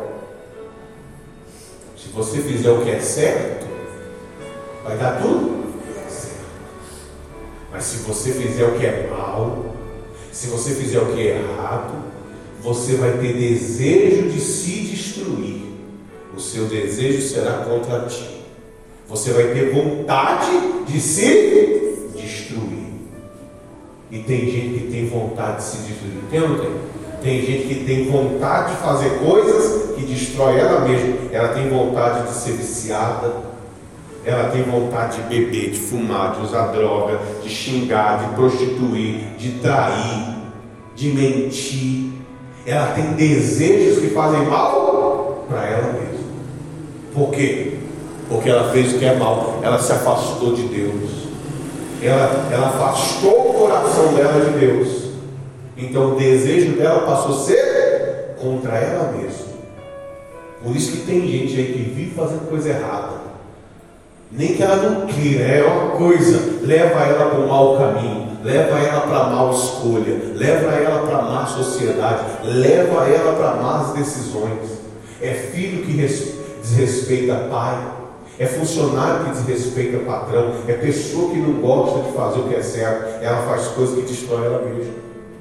Se você fizer o que é certo, vai dar tudo certo. Mas se você fizer o que é mal, se você fizer o que é errado, você vai ter desejo de se destruir. O seu desejo será contra ti. Você vai ter vontade de se destruir. E tem gente que tem vontade de se destruir. Tem ou não tem? Tem gente que tem vontade de fazer coisas que destrói ela mesma. Ela tem vontade de ser viciada. Ela tem vontade de beber, de fumar, de usar droga, de xingar, de prostituir, de trair, de mentir. Ela tem desejos que fazem mal para ela mesma. Por quê? Porque ela fez o que é mal. Ela se afastou de Deus. Ela, ela afastou o coração dela de Deus. Então o desejo dela passou a ser contra ela mesma. Por isso que tem gente aí que vive fazendo coisa errada. Nem que ela não queira, é uma coisa, leva ela para o mau caminho, leva ela para a mal escolha, leva ela para a má sociedade, leva ela para más decisões. É filho que desrespeita pai, é funcionário que desrespeita patrão, é pessoa que não gosta de fazer o que é certo, ela faz coisas que destrói ela mesma,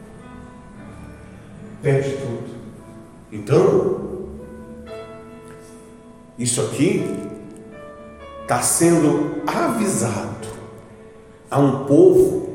perde tudo. Então, isso aqui está sendo avisado a um povo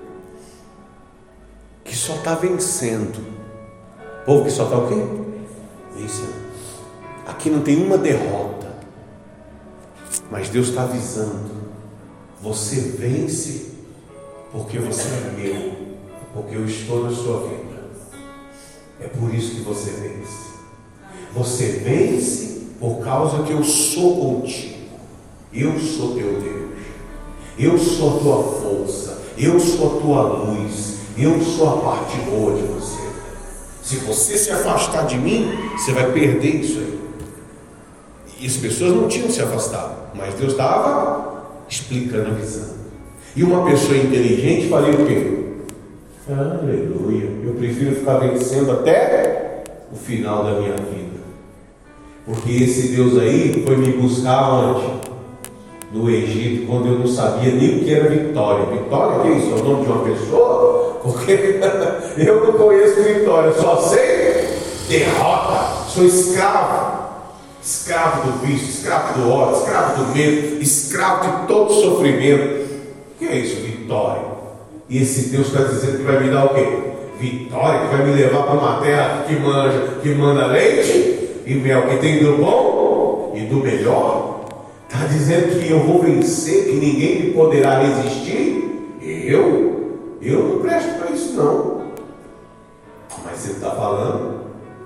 que só está vencendo. Povo que só está o quê? Vencendo. Aqui não tem uma derrota, mas Deus está avisando: você vence porque você é meu, porque eu estou na sua vida. É por isso que você vence. Você vence por causa que eu sou contigo. Eu sou teu Deus, eu sou a tua força, eu sou a tua luz, eu sou a parte boa de você. Se você se afastar de mim, você vai perder isso aí. E as pessoas não tinham se afastado, mas Deus estava explicando, avisando. E uma pessoa inteligente faria o quê? Aleluia, eu prefiro ficar vencendo até o final da minha vida, porque esse Deus aí foi me buscar onde? No Egito, quando eu não sabia nem o que era vitória. Vitória, que é isso? É o nome de uma pessoa? Porque eu não conheço vitória, só sei derrota. Sou escravo, escravo do vício, escravo do ódio, escravo do medo, escravo de todo sofrimento. O que é isso? Vitória. E esse Deus está dizendo que vai me dar o quê? Vitória, que vai me levar para uma terra que manja, que manda leite e mel, que tem do bom e do melhor. Está dizendo que eu vou vencer, que ninguém me poderá resistir. Eu? Eu não presto para isso não. Mas ele está falando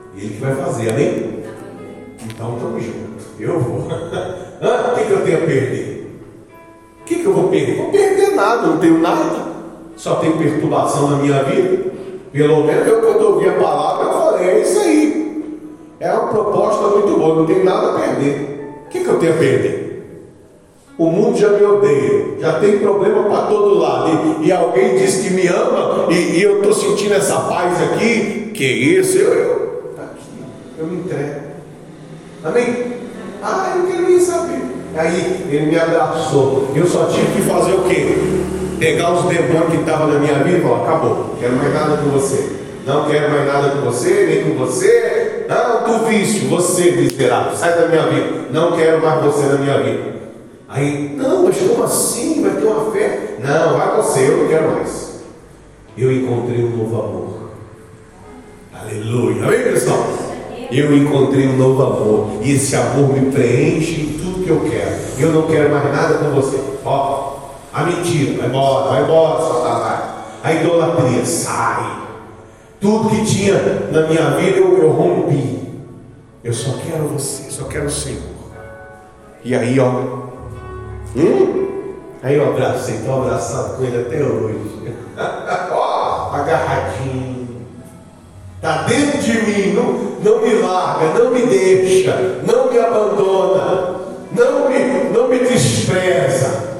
Ele que vai fazer, amém? Então estamos juntos. Eu vou. O que, que eu tenho a perder? O que, que eu vou perder? Vou perder nada, não tenho nada. Só tenho perturbação na minha vida. Pelo menos eu, quando eu ouvi a palavra, eu falei, é isso aí. É uma proposta muito boa, não tenho nada a perder. O que, que eu tenho a perder? O mundo já me odeia, já tem problema para todo lado. E, e alguém diz que me ama, e, e eu estou sentindo essa paz aqui. Que isso? Eu, eu, aqui, eu me entrego. Amém? Ah, eu quero nem saber. Aí ele me abraçou. Eu só tive que fazer o quê? Pegar os demônios que estavam na minha vida e falar: acabou, não quero mais nada com você. Não quero mais nada com você, nem com você. Não, tu vício, você miserável, sai da minha vida. Não quero mais você na minha vida. Aí, não, mas como assim? Vai ter uma fé? Não, vai você, eu não quero mais. Eu encontrei um novo amor. Aleluia. Amém, pessoal? Eu encontrei um novo amor. E esse amor me preenche em tudo que eu quero. Eu não quero mais nada com você. Ó, a mentira, vai embora, vai embora, Satanás. A idolatria, sai. Tudo que tinha na minha vida eu, eu rompi. Eu só quero você, só quero o Senhor. E aí, ó. Hum? Aí eu abracei, estou abraçado com ele até hoje. Ó, agarradinho. Está dentro de mim, não, não me larga, não me deixa, não me abandona, não me, não me despreza.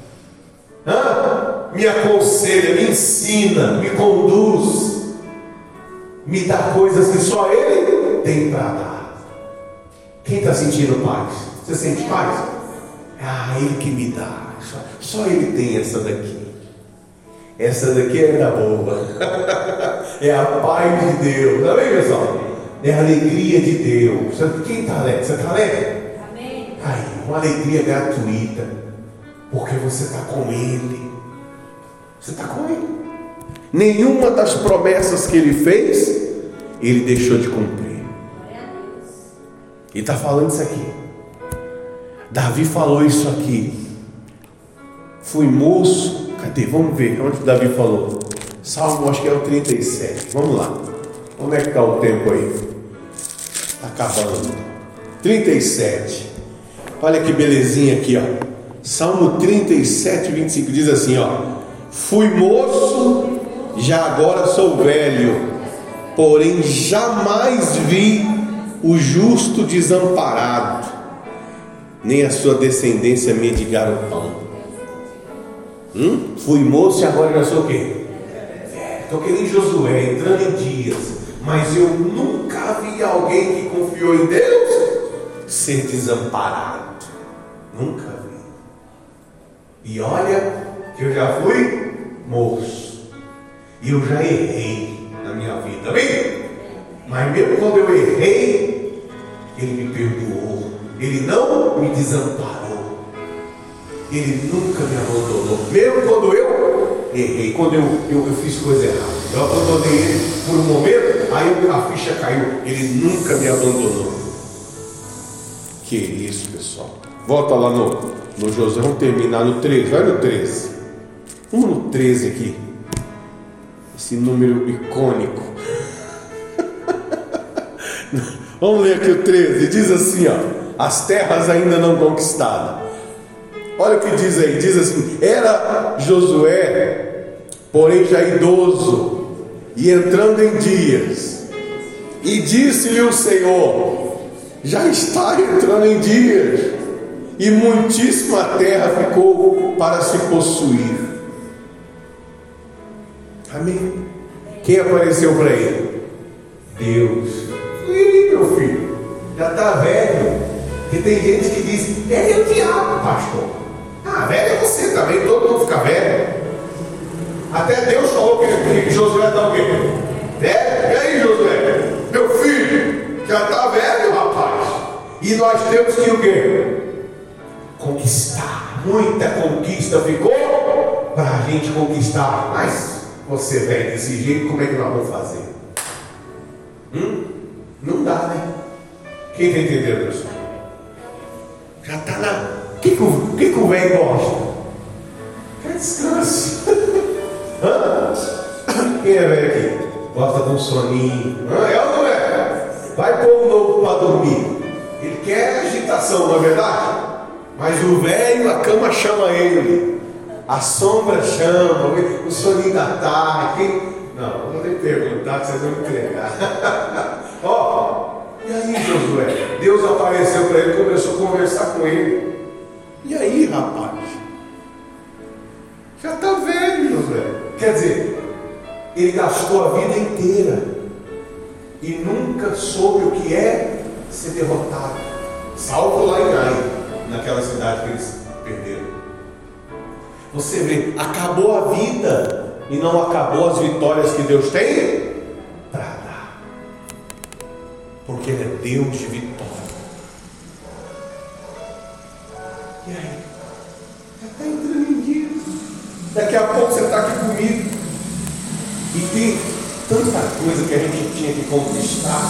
Hã? Me aconselha, me ensina, me conduz, me dá coisas que só Ele tem para dar. Quem está sentindo paz? Você sente paz? Ah, Ele que me dá. Só, só Ele tem essa daqui. Essa daqui é da boa. É a paz de Deus. Está bem, pessoal? É a alegria de Deus. Quem está alegre? Você está alegre? Amém. Aí, uma alegria gratuita. Porque você está com Ele. Você está com Ele. Nenhuma das promessas que Ele fez, Ele deixou de cumprir. Ele está falando isso aqui. Davi falou isso aqui. Fui moço. Cadê? Vamos ver onde Davi falou. Salmo, acho que é o trinta e sete. Vamos lá. Como é que está o tempo aí? Está acabando. trinta e sete. Olha que belezinha aqui, ó. Salmo trinta e sete, vinte e cinco diz assim, ó: fui moço, já agora sou velho, porém jamais vi o justo desamparado, nem a sua descendência mendigar o pão. Hum? Fui moço e agora já sou o quê? Estou que nem Josué, entrando em dias. Mas eu nunca vi alguém que confiou em Deus ser desamparado. Nunca vi. E olha que eu já fui moço. E eu já errei na minha vida, bem? Mas mesmo quando eu errei, Ele me perdoou. Ele não me desamparou. Ele nunca me abandonou. Mesmo quando eu errei, quando eu, eu, eu fiz coisa errada, eu abandonei Ele por um momento, aí a ficha caiu. Ele nunca me abandonou. Que isso, pessoal. Volta lá no, no Josué. Vamos terminar no treze. Vai no treze. Vamos no treze aqui. Esse número icônico. Vamos ler aqui o treze. Diz assim, ó: as terras ainda não conquistadas. Olha o que diz aí. Diz assim: era Josué, porém já idoso, e entrando em dias, e disse-lhe o Senhor: já está entrando em dias, e muitíssima terra ficou para se possuir. Amém? Quem apareceu para ele? Deus. E meu filho, já está velho. Porque tem gente que diz: é o diabo, pastor. Ah, velho é você também, todo mundo fica velho. Até Deus falou que, que Josué está o quê? Velho? E aí, Josué? Meu filho, já está velho, rapaz. E nós temos que o quê? Conquistar. Muita conquista ficou para a gente conquistar. Mas você velho desse jeito, como é que nós vamos fazer? Hum? Não dá, né? Quem está entendendo, pessoal? Já está na... O que, que, o, que, que o velho gosta? Quer descanso. Quem é velho aqui? Gosta de um soninho. É ou não é? vai povo novo para dormir. Ele quer agitação, não é verdade? Mas o velho, a cama chama ele, a sombra chama, o soninho da tarde. Não, eu vou ter que perguntar que vocês vão entregar. Ó, oh, e aí, Josué? Deus apareceu para ele, começou a conversar com ele. E aí, rapaz? Já está velho, Josué. Quer dizer, ele gastou a vida inteira e nunca soube o que é ser derrotado, salvo lá em Ai, naquela cidade que eles perderam. Você vê, acabou a vida e não acabou as vitórias que Deus tem para dar, porque Ele é Deus de vitória. E aí? Já está entrando em dia. Daqui a pouco você está aqui comigo e tem tanta coisa que a gente tinha que conquistar.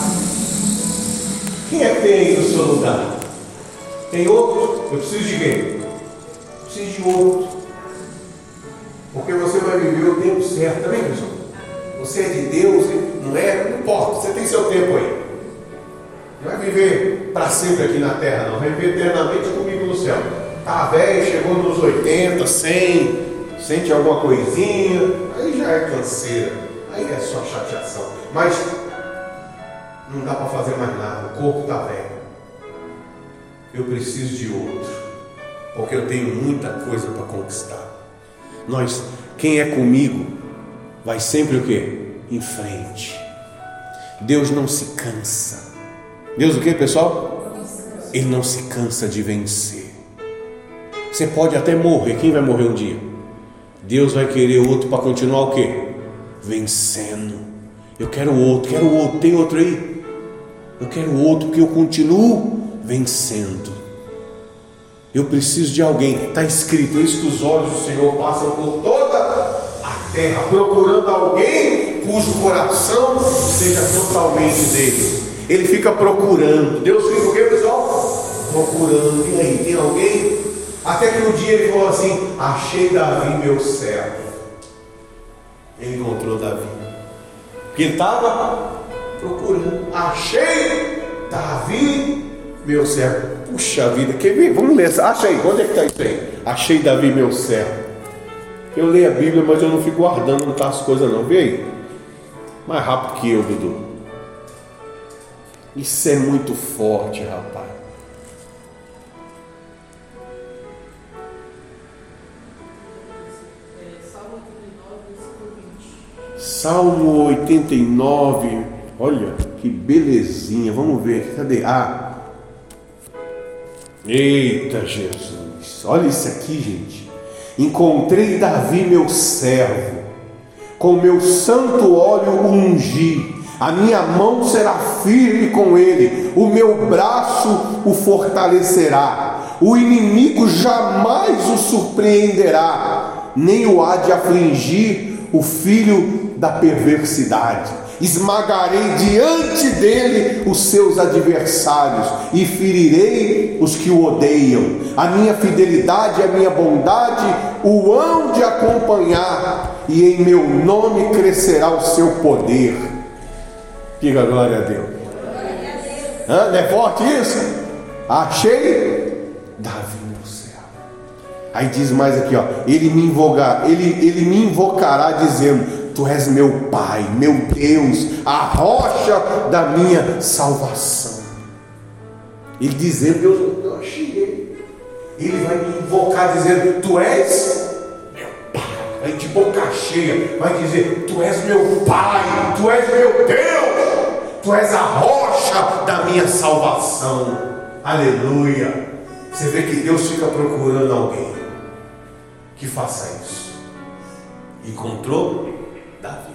Quem é que tem aí no seu lugar? Tem outro? Eu preciso de quem? Eu preciso de outro. Porque você vai viver o tempo certo, tá bem, pessoal? Você é de Deus, não é? Não importa, você tem seu tempo aí. Não vai viver para sempre aqui na terra, não. Vai viver eternamente comigo no céu. Tá velho, chegou nos oitenta, cem, sente alguma coisinha, aí já é canseira, aí é só chateação. Mas não dá para fazer mais nada, o corpo está velho. Eu preciso de outro, porque eu tenho muita coisa para conquistar. Nós, quem é comigo, vai sempre o quê? Em frente. Deus não se cansa. Deus o quê, pessoal? Ele não se cansa de vencer. Você pode até morrer. Quem vai morrer um dia? Deus vai querer outro para continuar o quê? Vencendo. Eu quero outro, quero outro. Tem outro aí? Eu quero outro porque eu continuo vencendo. Eu preciso de alguém. Está escrito isso, que os olhos do Senhor passam por toda a terra, procurando alguém cujo coração seja totalmente dele. Ele fica procurando. Deus fica o quê, pessoal? Procurando. E aí, tem alguém? Até que um dia ele falou assim: achei Davi, meu servo. Ele encontrou Davi, porque ele estava procurando. Achei Davi, meu servo. Puxa vida, quer ver? Vamos ler. Acha aí, onde é que está isso aí? Achei Davi, meu servo. Eu leio a Bíblia, mas eu não fico guardando as coisas não. Vê aí. Mais rápido que eu, Dudu. Isso é muito forte, rapaz. Salmo oitenta e nove, olha que belezinha, vamos ver, cadê? Ah, eita Jesus, olha isso aqui, gente. Encontrei Davi, meu servo, com meu santo óleo o ungi, a minha mão será firme com ele, o meu braço o fortalecerá, o inimigo jamais o surpreenderá, nem o há de afligir o filho da perversidade. Esmagarei diante dele os seus adversários e ferirei os que o odeiam. A minha fidelidade e a minha bondade o hão de acompanhar, e em meu nome crescerá o seu poder. Diga glória a Deus. Hã? Não é forte isso? Achei Davi, meu servo. Aí diz mais aqui, ó, ele me invocar, ele, ele me invocará dizendo: tu és meu Pai, meu Deus, a rocha da minha salvação. Ele dizendo: Deus, eu achei ele. Ele vai me invocar dizendo: tu és meu Pai. Aí de boca cheia vai dizer: tu és meu Pai, tu és meu Deus, tu és a rocha da minha salvação. Aleluia. Você vê que Deus fica procurando alguém que faça isso. Encontrou Davi.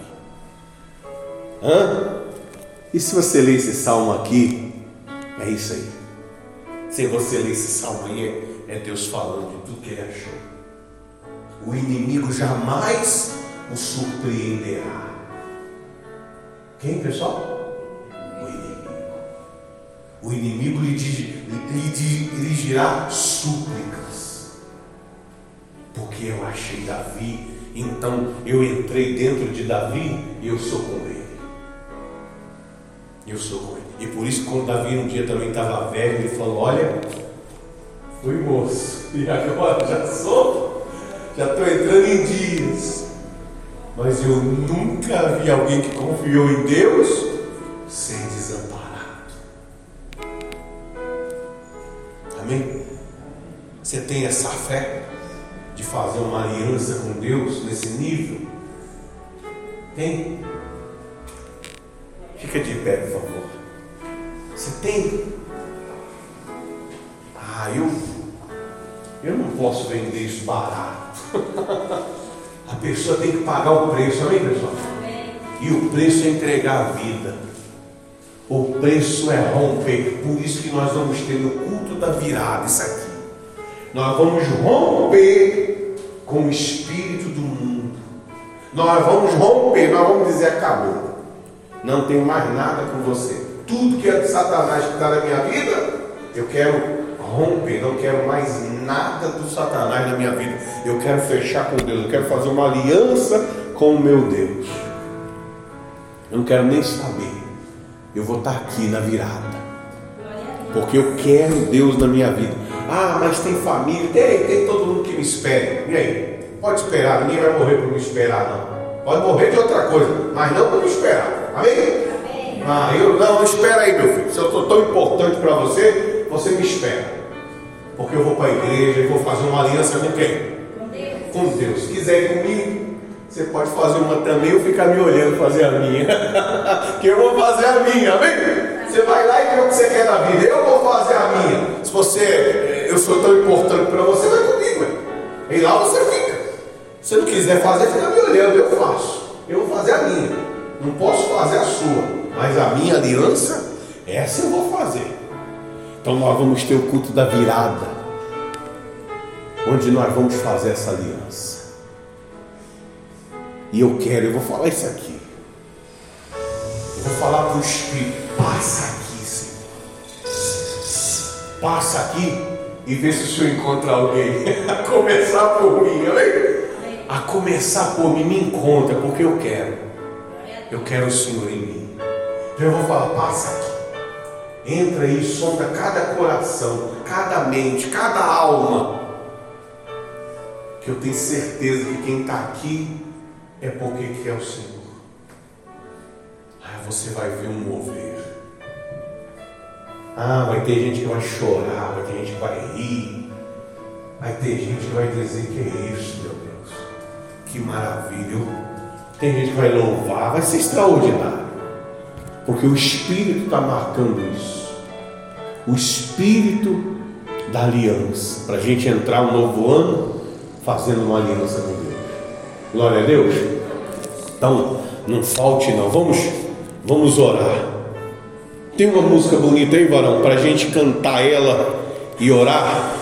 Hã? E se você ler esse salmo aqui, é isso aí. Se você ler esse salmo aí, é Deus falando de tudo que ele achou. O inimigo jamais o surpreenderá. Quem, pessoal? O inimigo. O inimigo lhe, lhe dirigirá súplicas, porque eu achei Davi. Então eu entrei dentro de Davi e eu sou com ele. Eu sou com ele. E por isso, quando Davi um dia também estava velho, ele falou: olha, fui moço, e agora já sou, já estou entrando em dias, mas eu nunca vi alguém que confiou em Deus ser desamparado. Amém? Você tem essa fé de fazer uma aliança com Deus nesse nível? Tem? Fica de pé, por favor. Você tem? Ah, eu eu não posso vender isso barato. A pessoa tem que pagar o preço, amém, pessoal? E o preço é entregar a vida. O preço é romper. Por isso que nós vamos ter no culto da virada isso aqui. Nós vamos romper com o espírito do mundo. Nós vamos romper, nós vamos dizer: acabou. Não tenho mais nada com você. Tudo que é de Satanás que está na minha vida, eu quero romper. Não quero mais nada do Satanás na minha vida. Eu quero fechar com Deus. Eu quero fazer uma aliança com o meu Deus. Eu não quero nem saber. Eu vou estar aqui na virada, porque eu quero Deus na minha vida. Ah, mas tem família, tem, tem todo mundo que me espera. E aí? Pode esperar, ninguém vai morrer por me esperar, não. Pode morrer de outra coisa, mas não por me esperar. Amém? Amém. Ah, eu não, espera aí, meu filho. Se eu estou tão importante para você, você me espera. Porque eu vou para a igreja e vou fazer uma aliança com quem? Com Deus. Com Deus. Se quiser ir comigo, você pode fazer uma também ou ficar me olhando fazer a minha. Que eu vou fazer a minha, amém? Você vai lá e vê o que você quer da vida. Eu vou fazer a minha. Se você, eu sou tão importante para você, vai comigo. E lá você fica. Se não quiser fazer, fica me olhando. Eu faço. Eu vou fazer a minha. Não posso fazer a sua. Mas a minha aliança, essa eu vou fazer. Então nós vamos ter o culto da virada, onde nós vamos fazer essa aliança. E eu quero, eu vou falar isso aqui. Eu vou falar para o Espírito: passa aqui, Senhor. Passa aqui e vê se o Senhor encontra alguém. A começar por mim, amém? A começar por mim, me encontra, porque eu quero. Eu quero o Senhor em mim. Então eu vou falar: passa aqui. Entra aí, sonda cada coração, cada mente, cada alma. Que eu tenho certeza que quem está aqui é porque quer o Senhor. Ah, você vai ver um mover. Ah, vai ter gente que vai chorar, vai ter gente que vai rir, vai ter gente que vai dizer: que é isso, meu Deus, que maravilha. Tem gente que vai louvar, vai ser extraordinário, porque o Espírito está marcando isso. O Espírito da aliança, para a gente entrar um novo ano fazendo uma aliança com Deus. Glória a Deus. Então, não falte não. Vamos, vamos orar. Tem uma música bonita aí, varão, para a gente cantar ela e orar.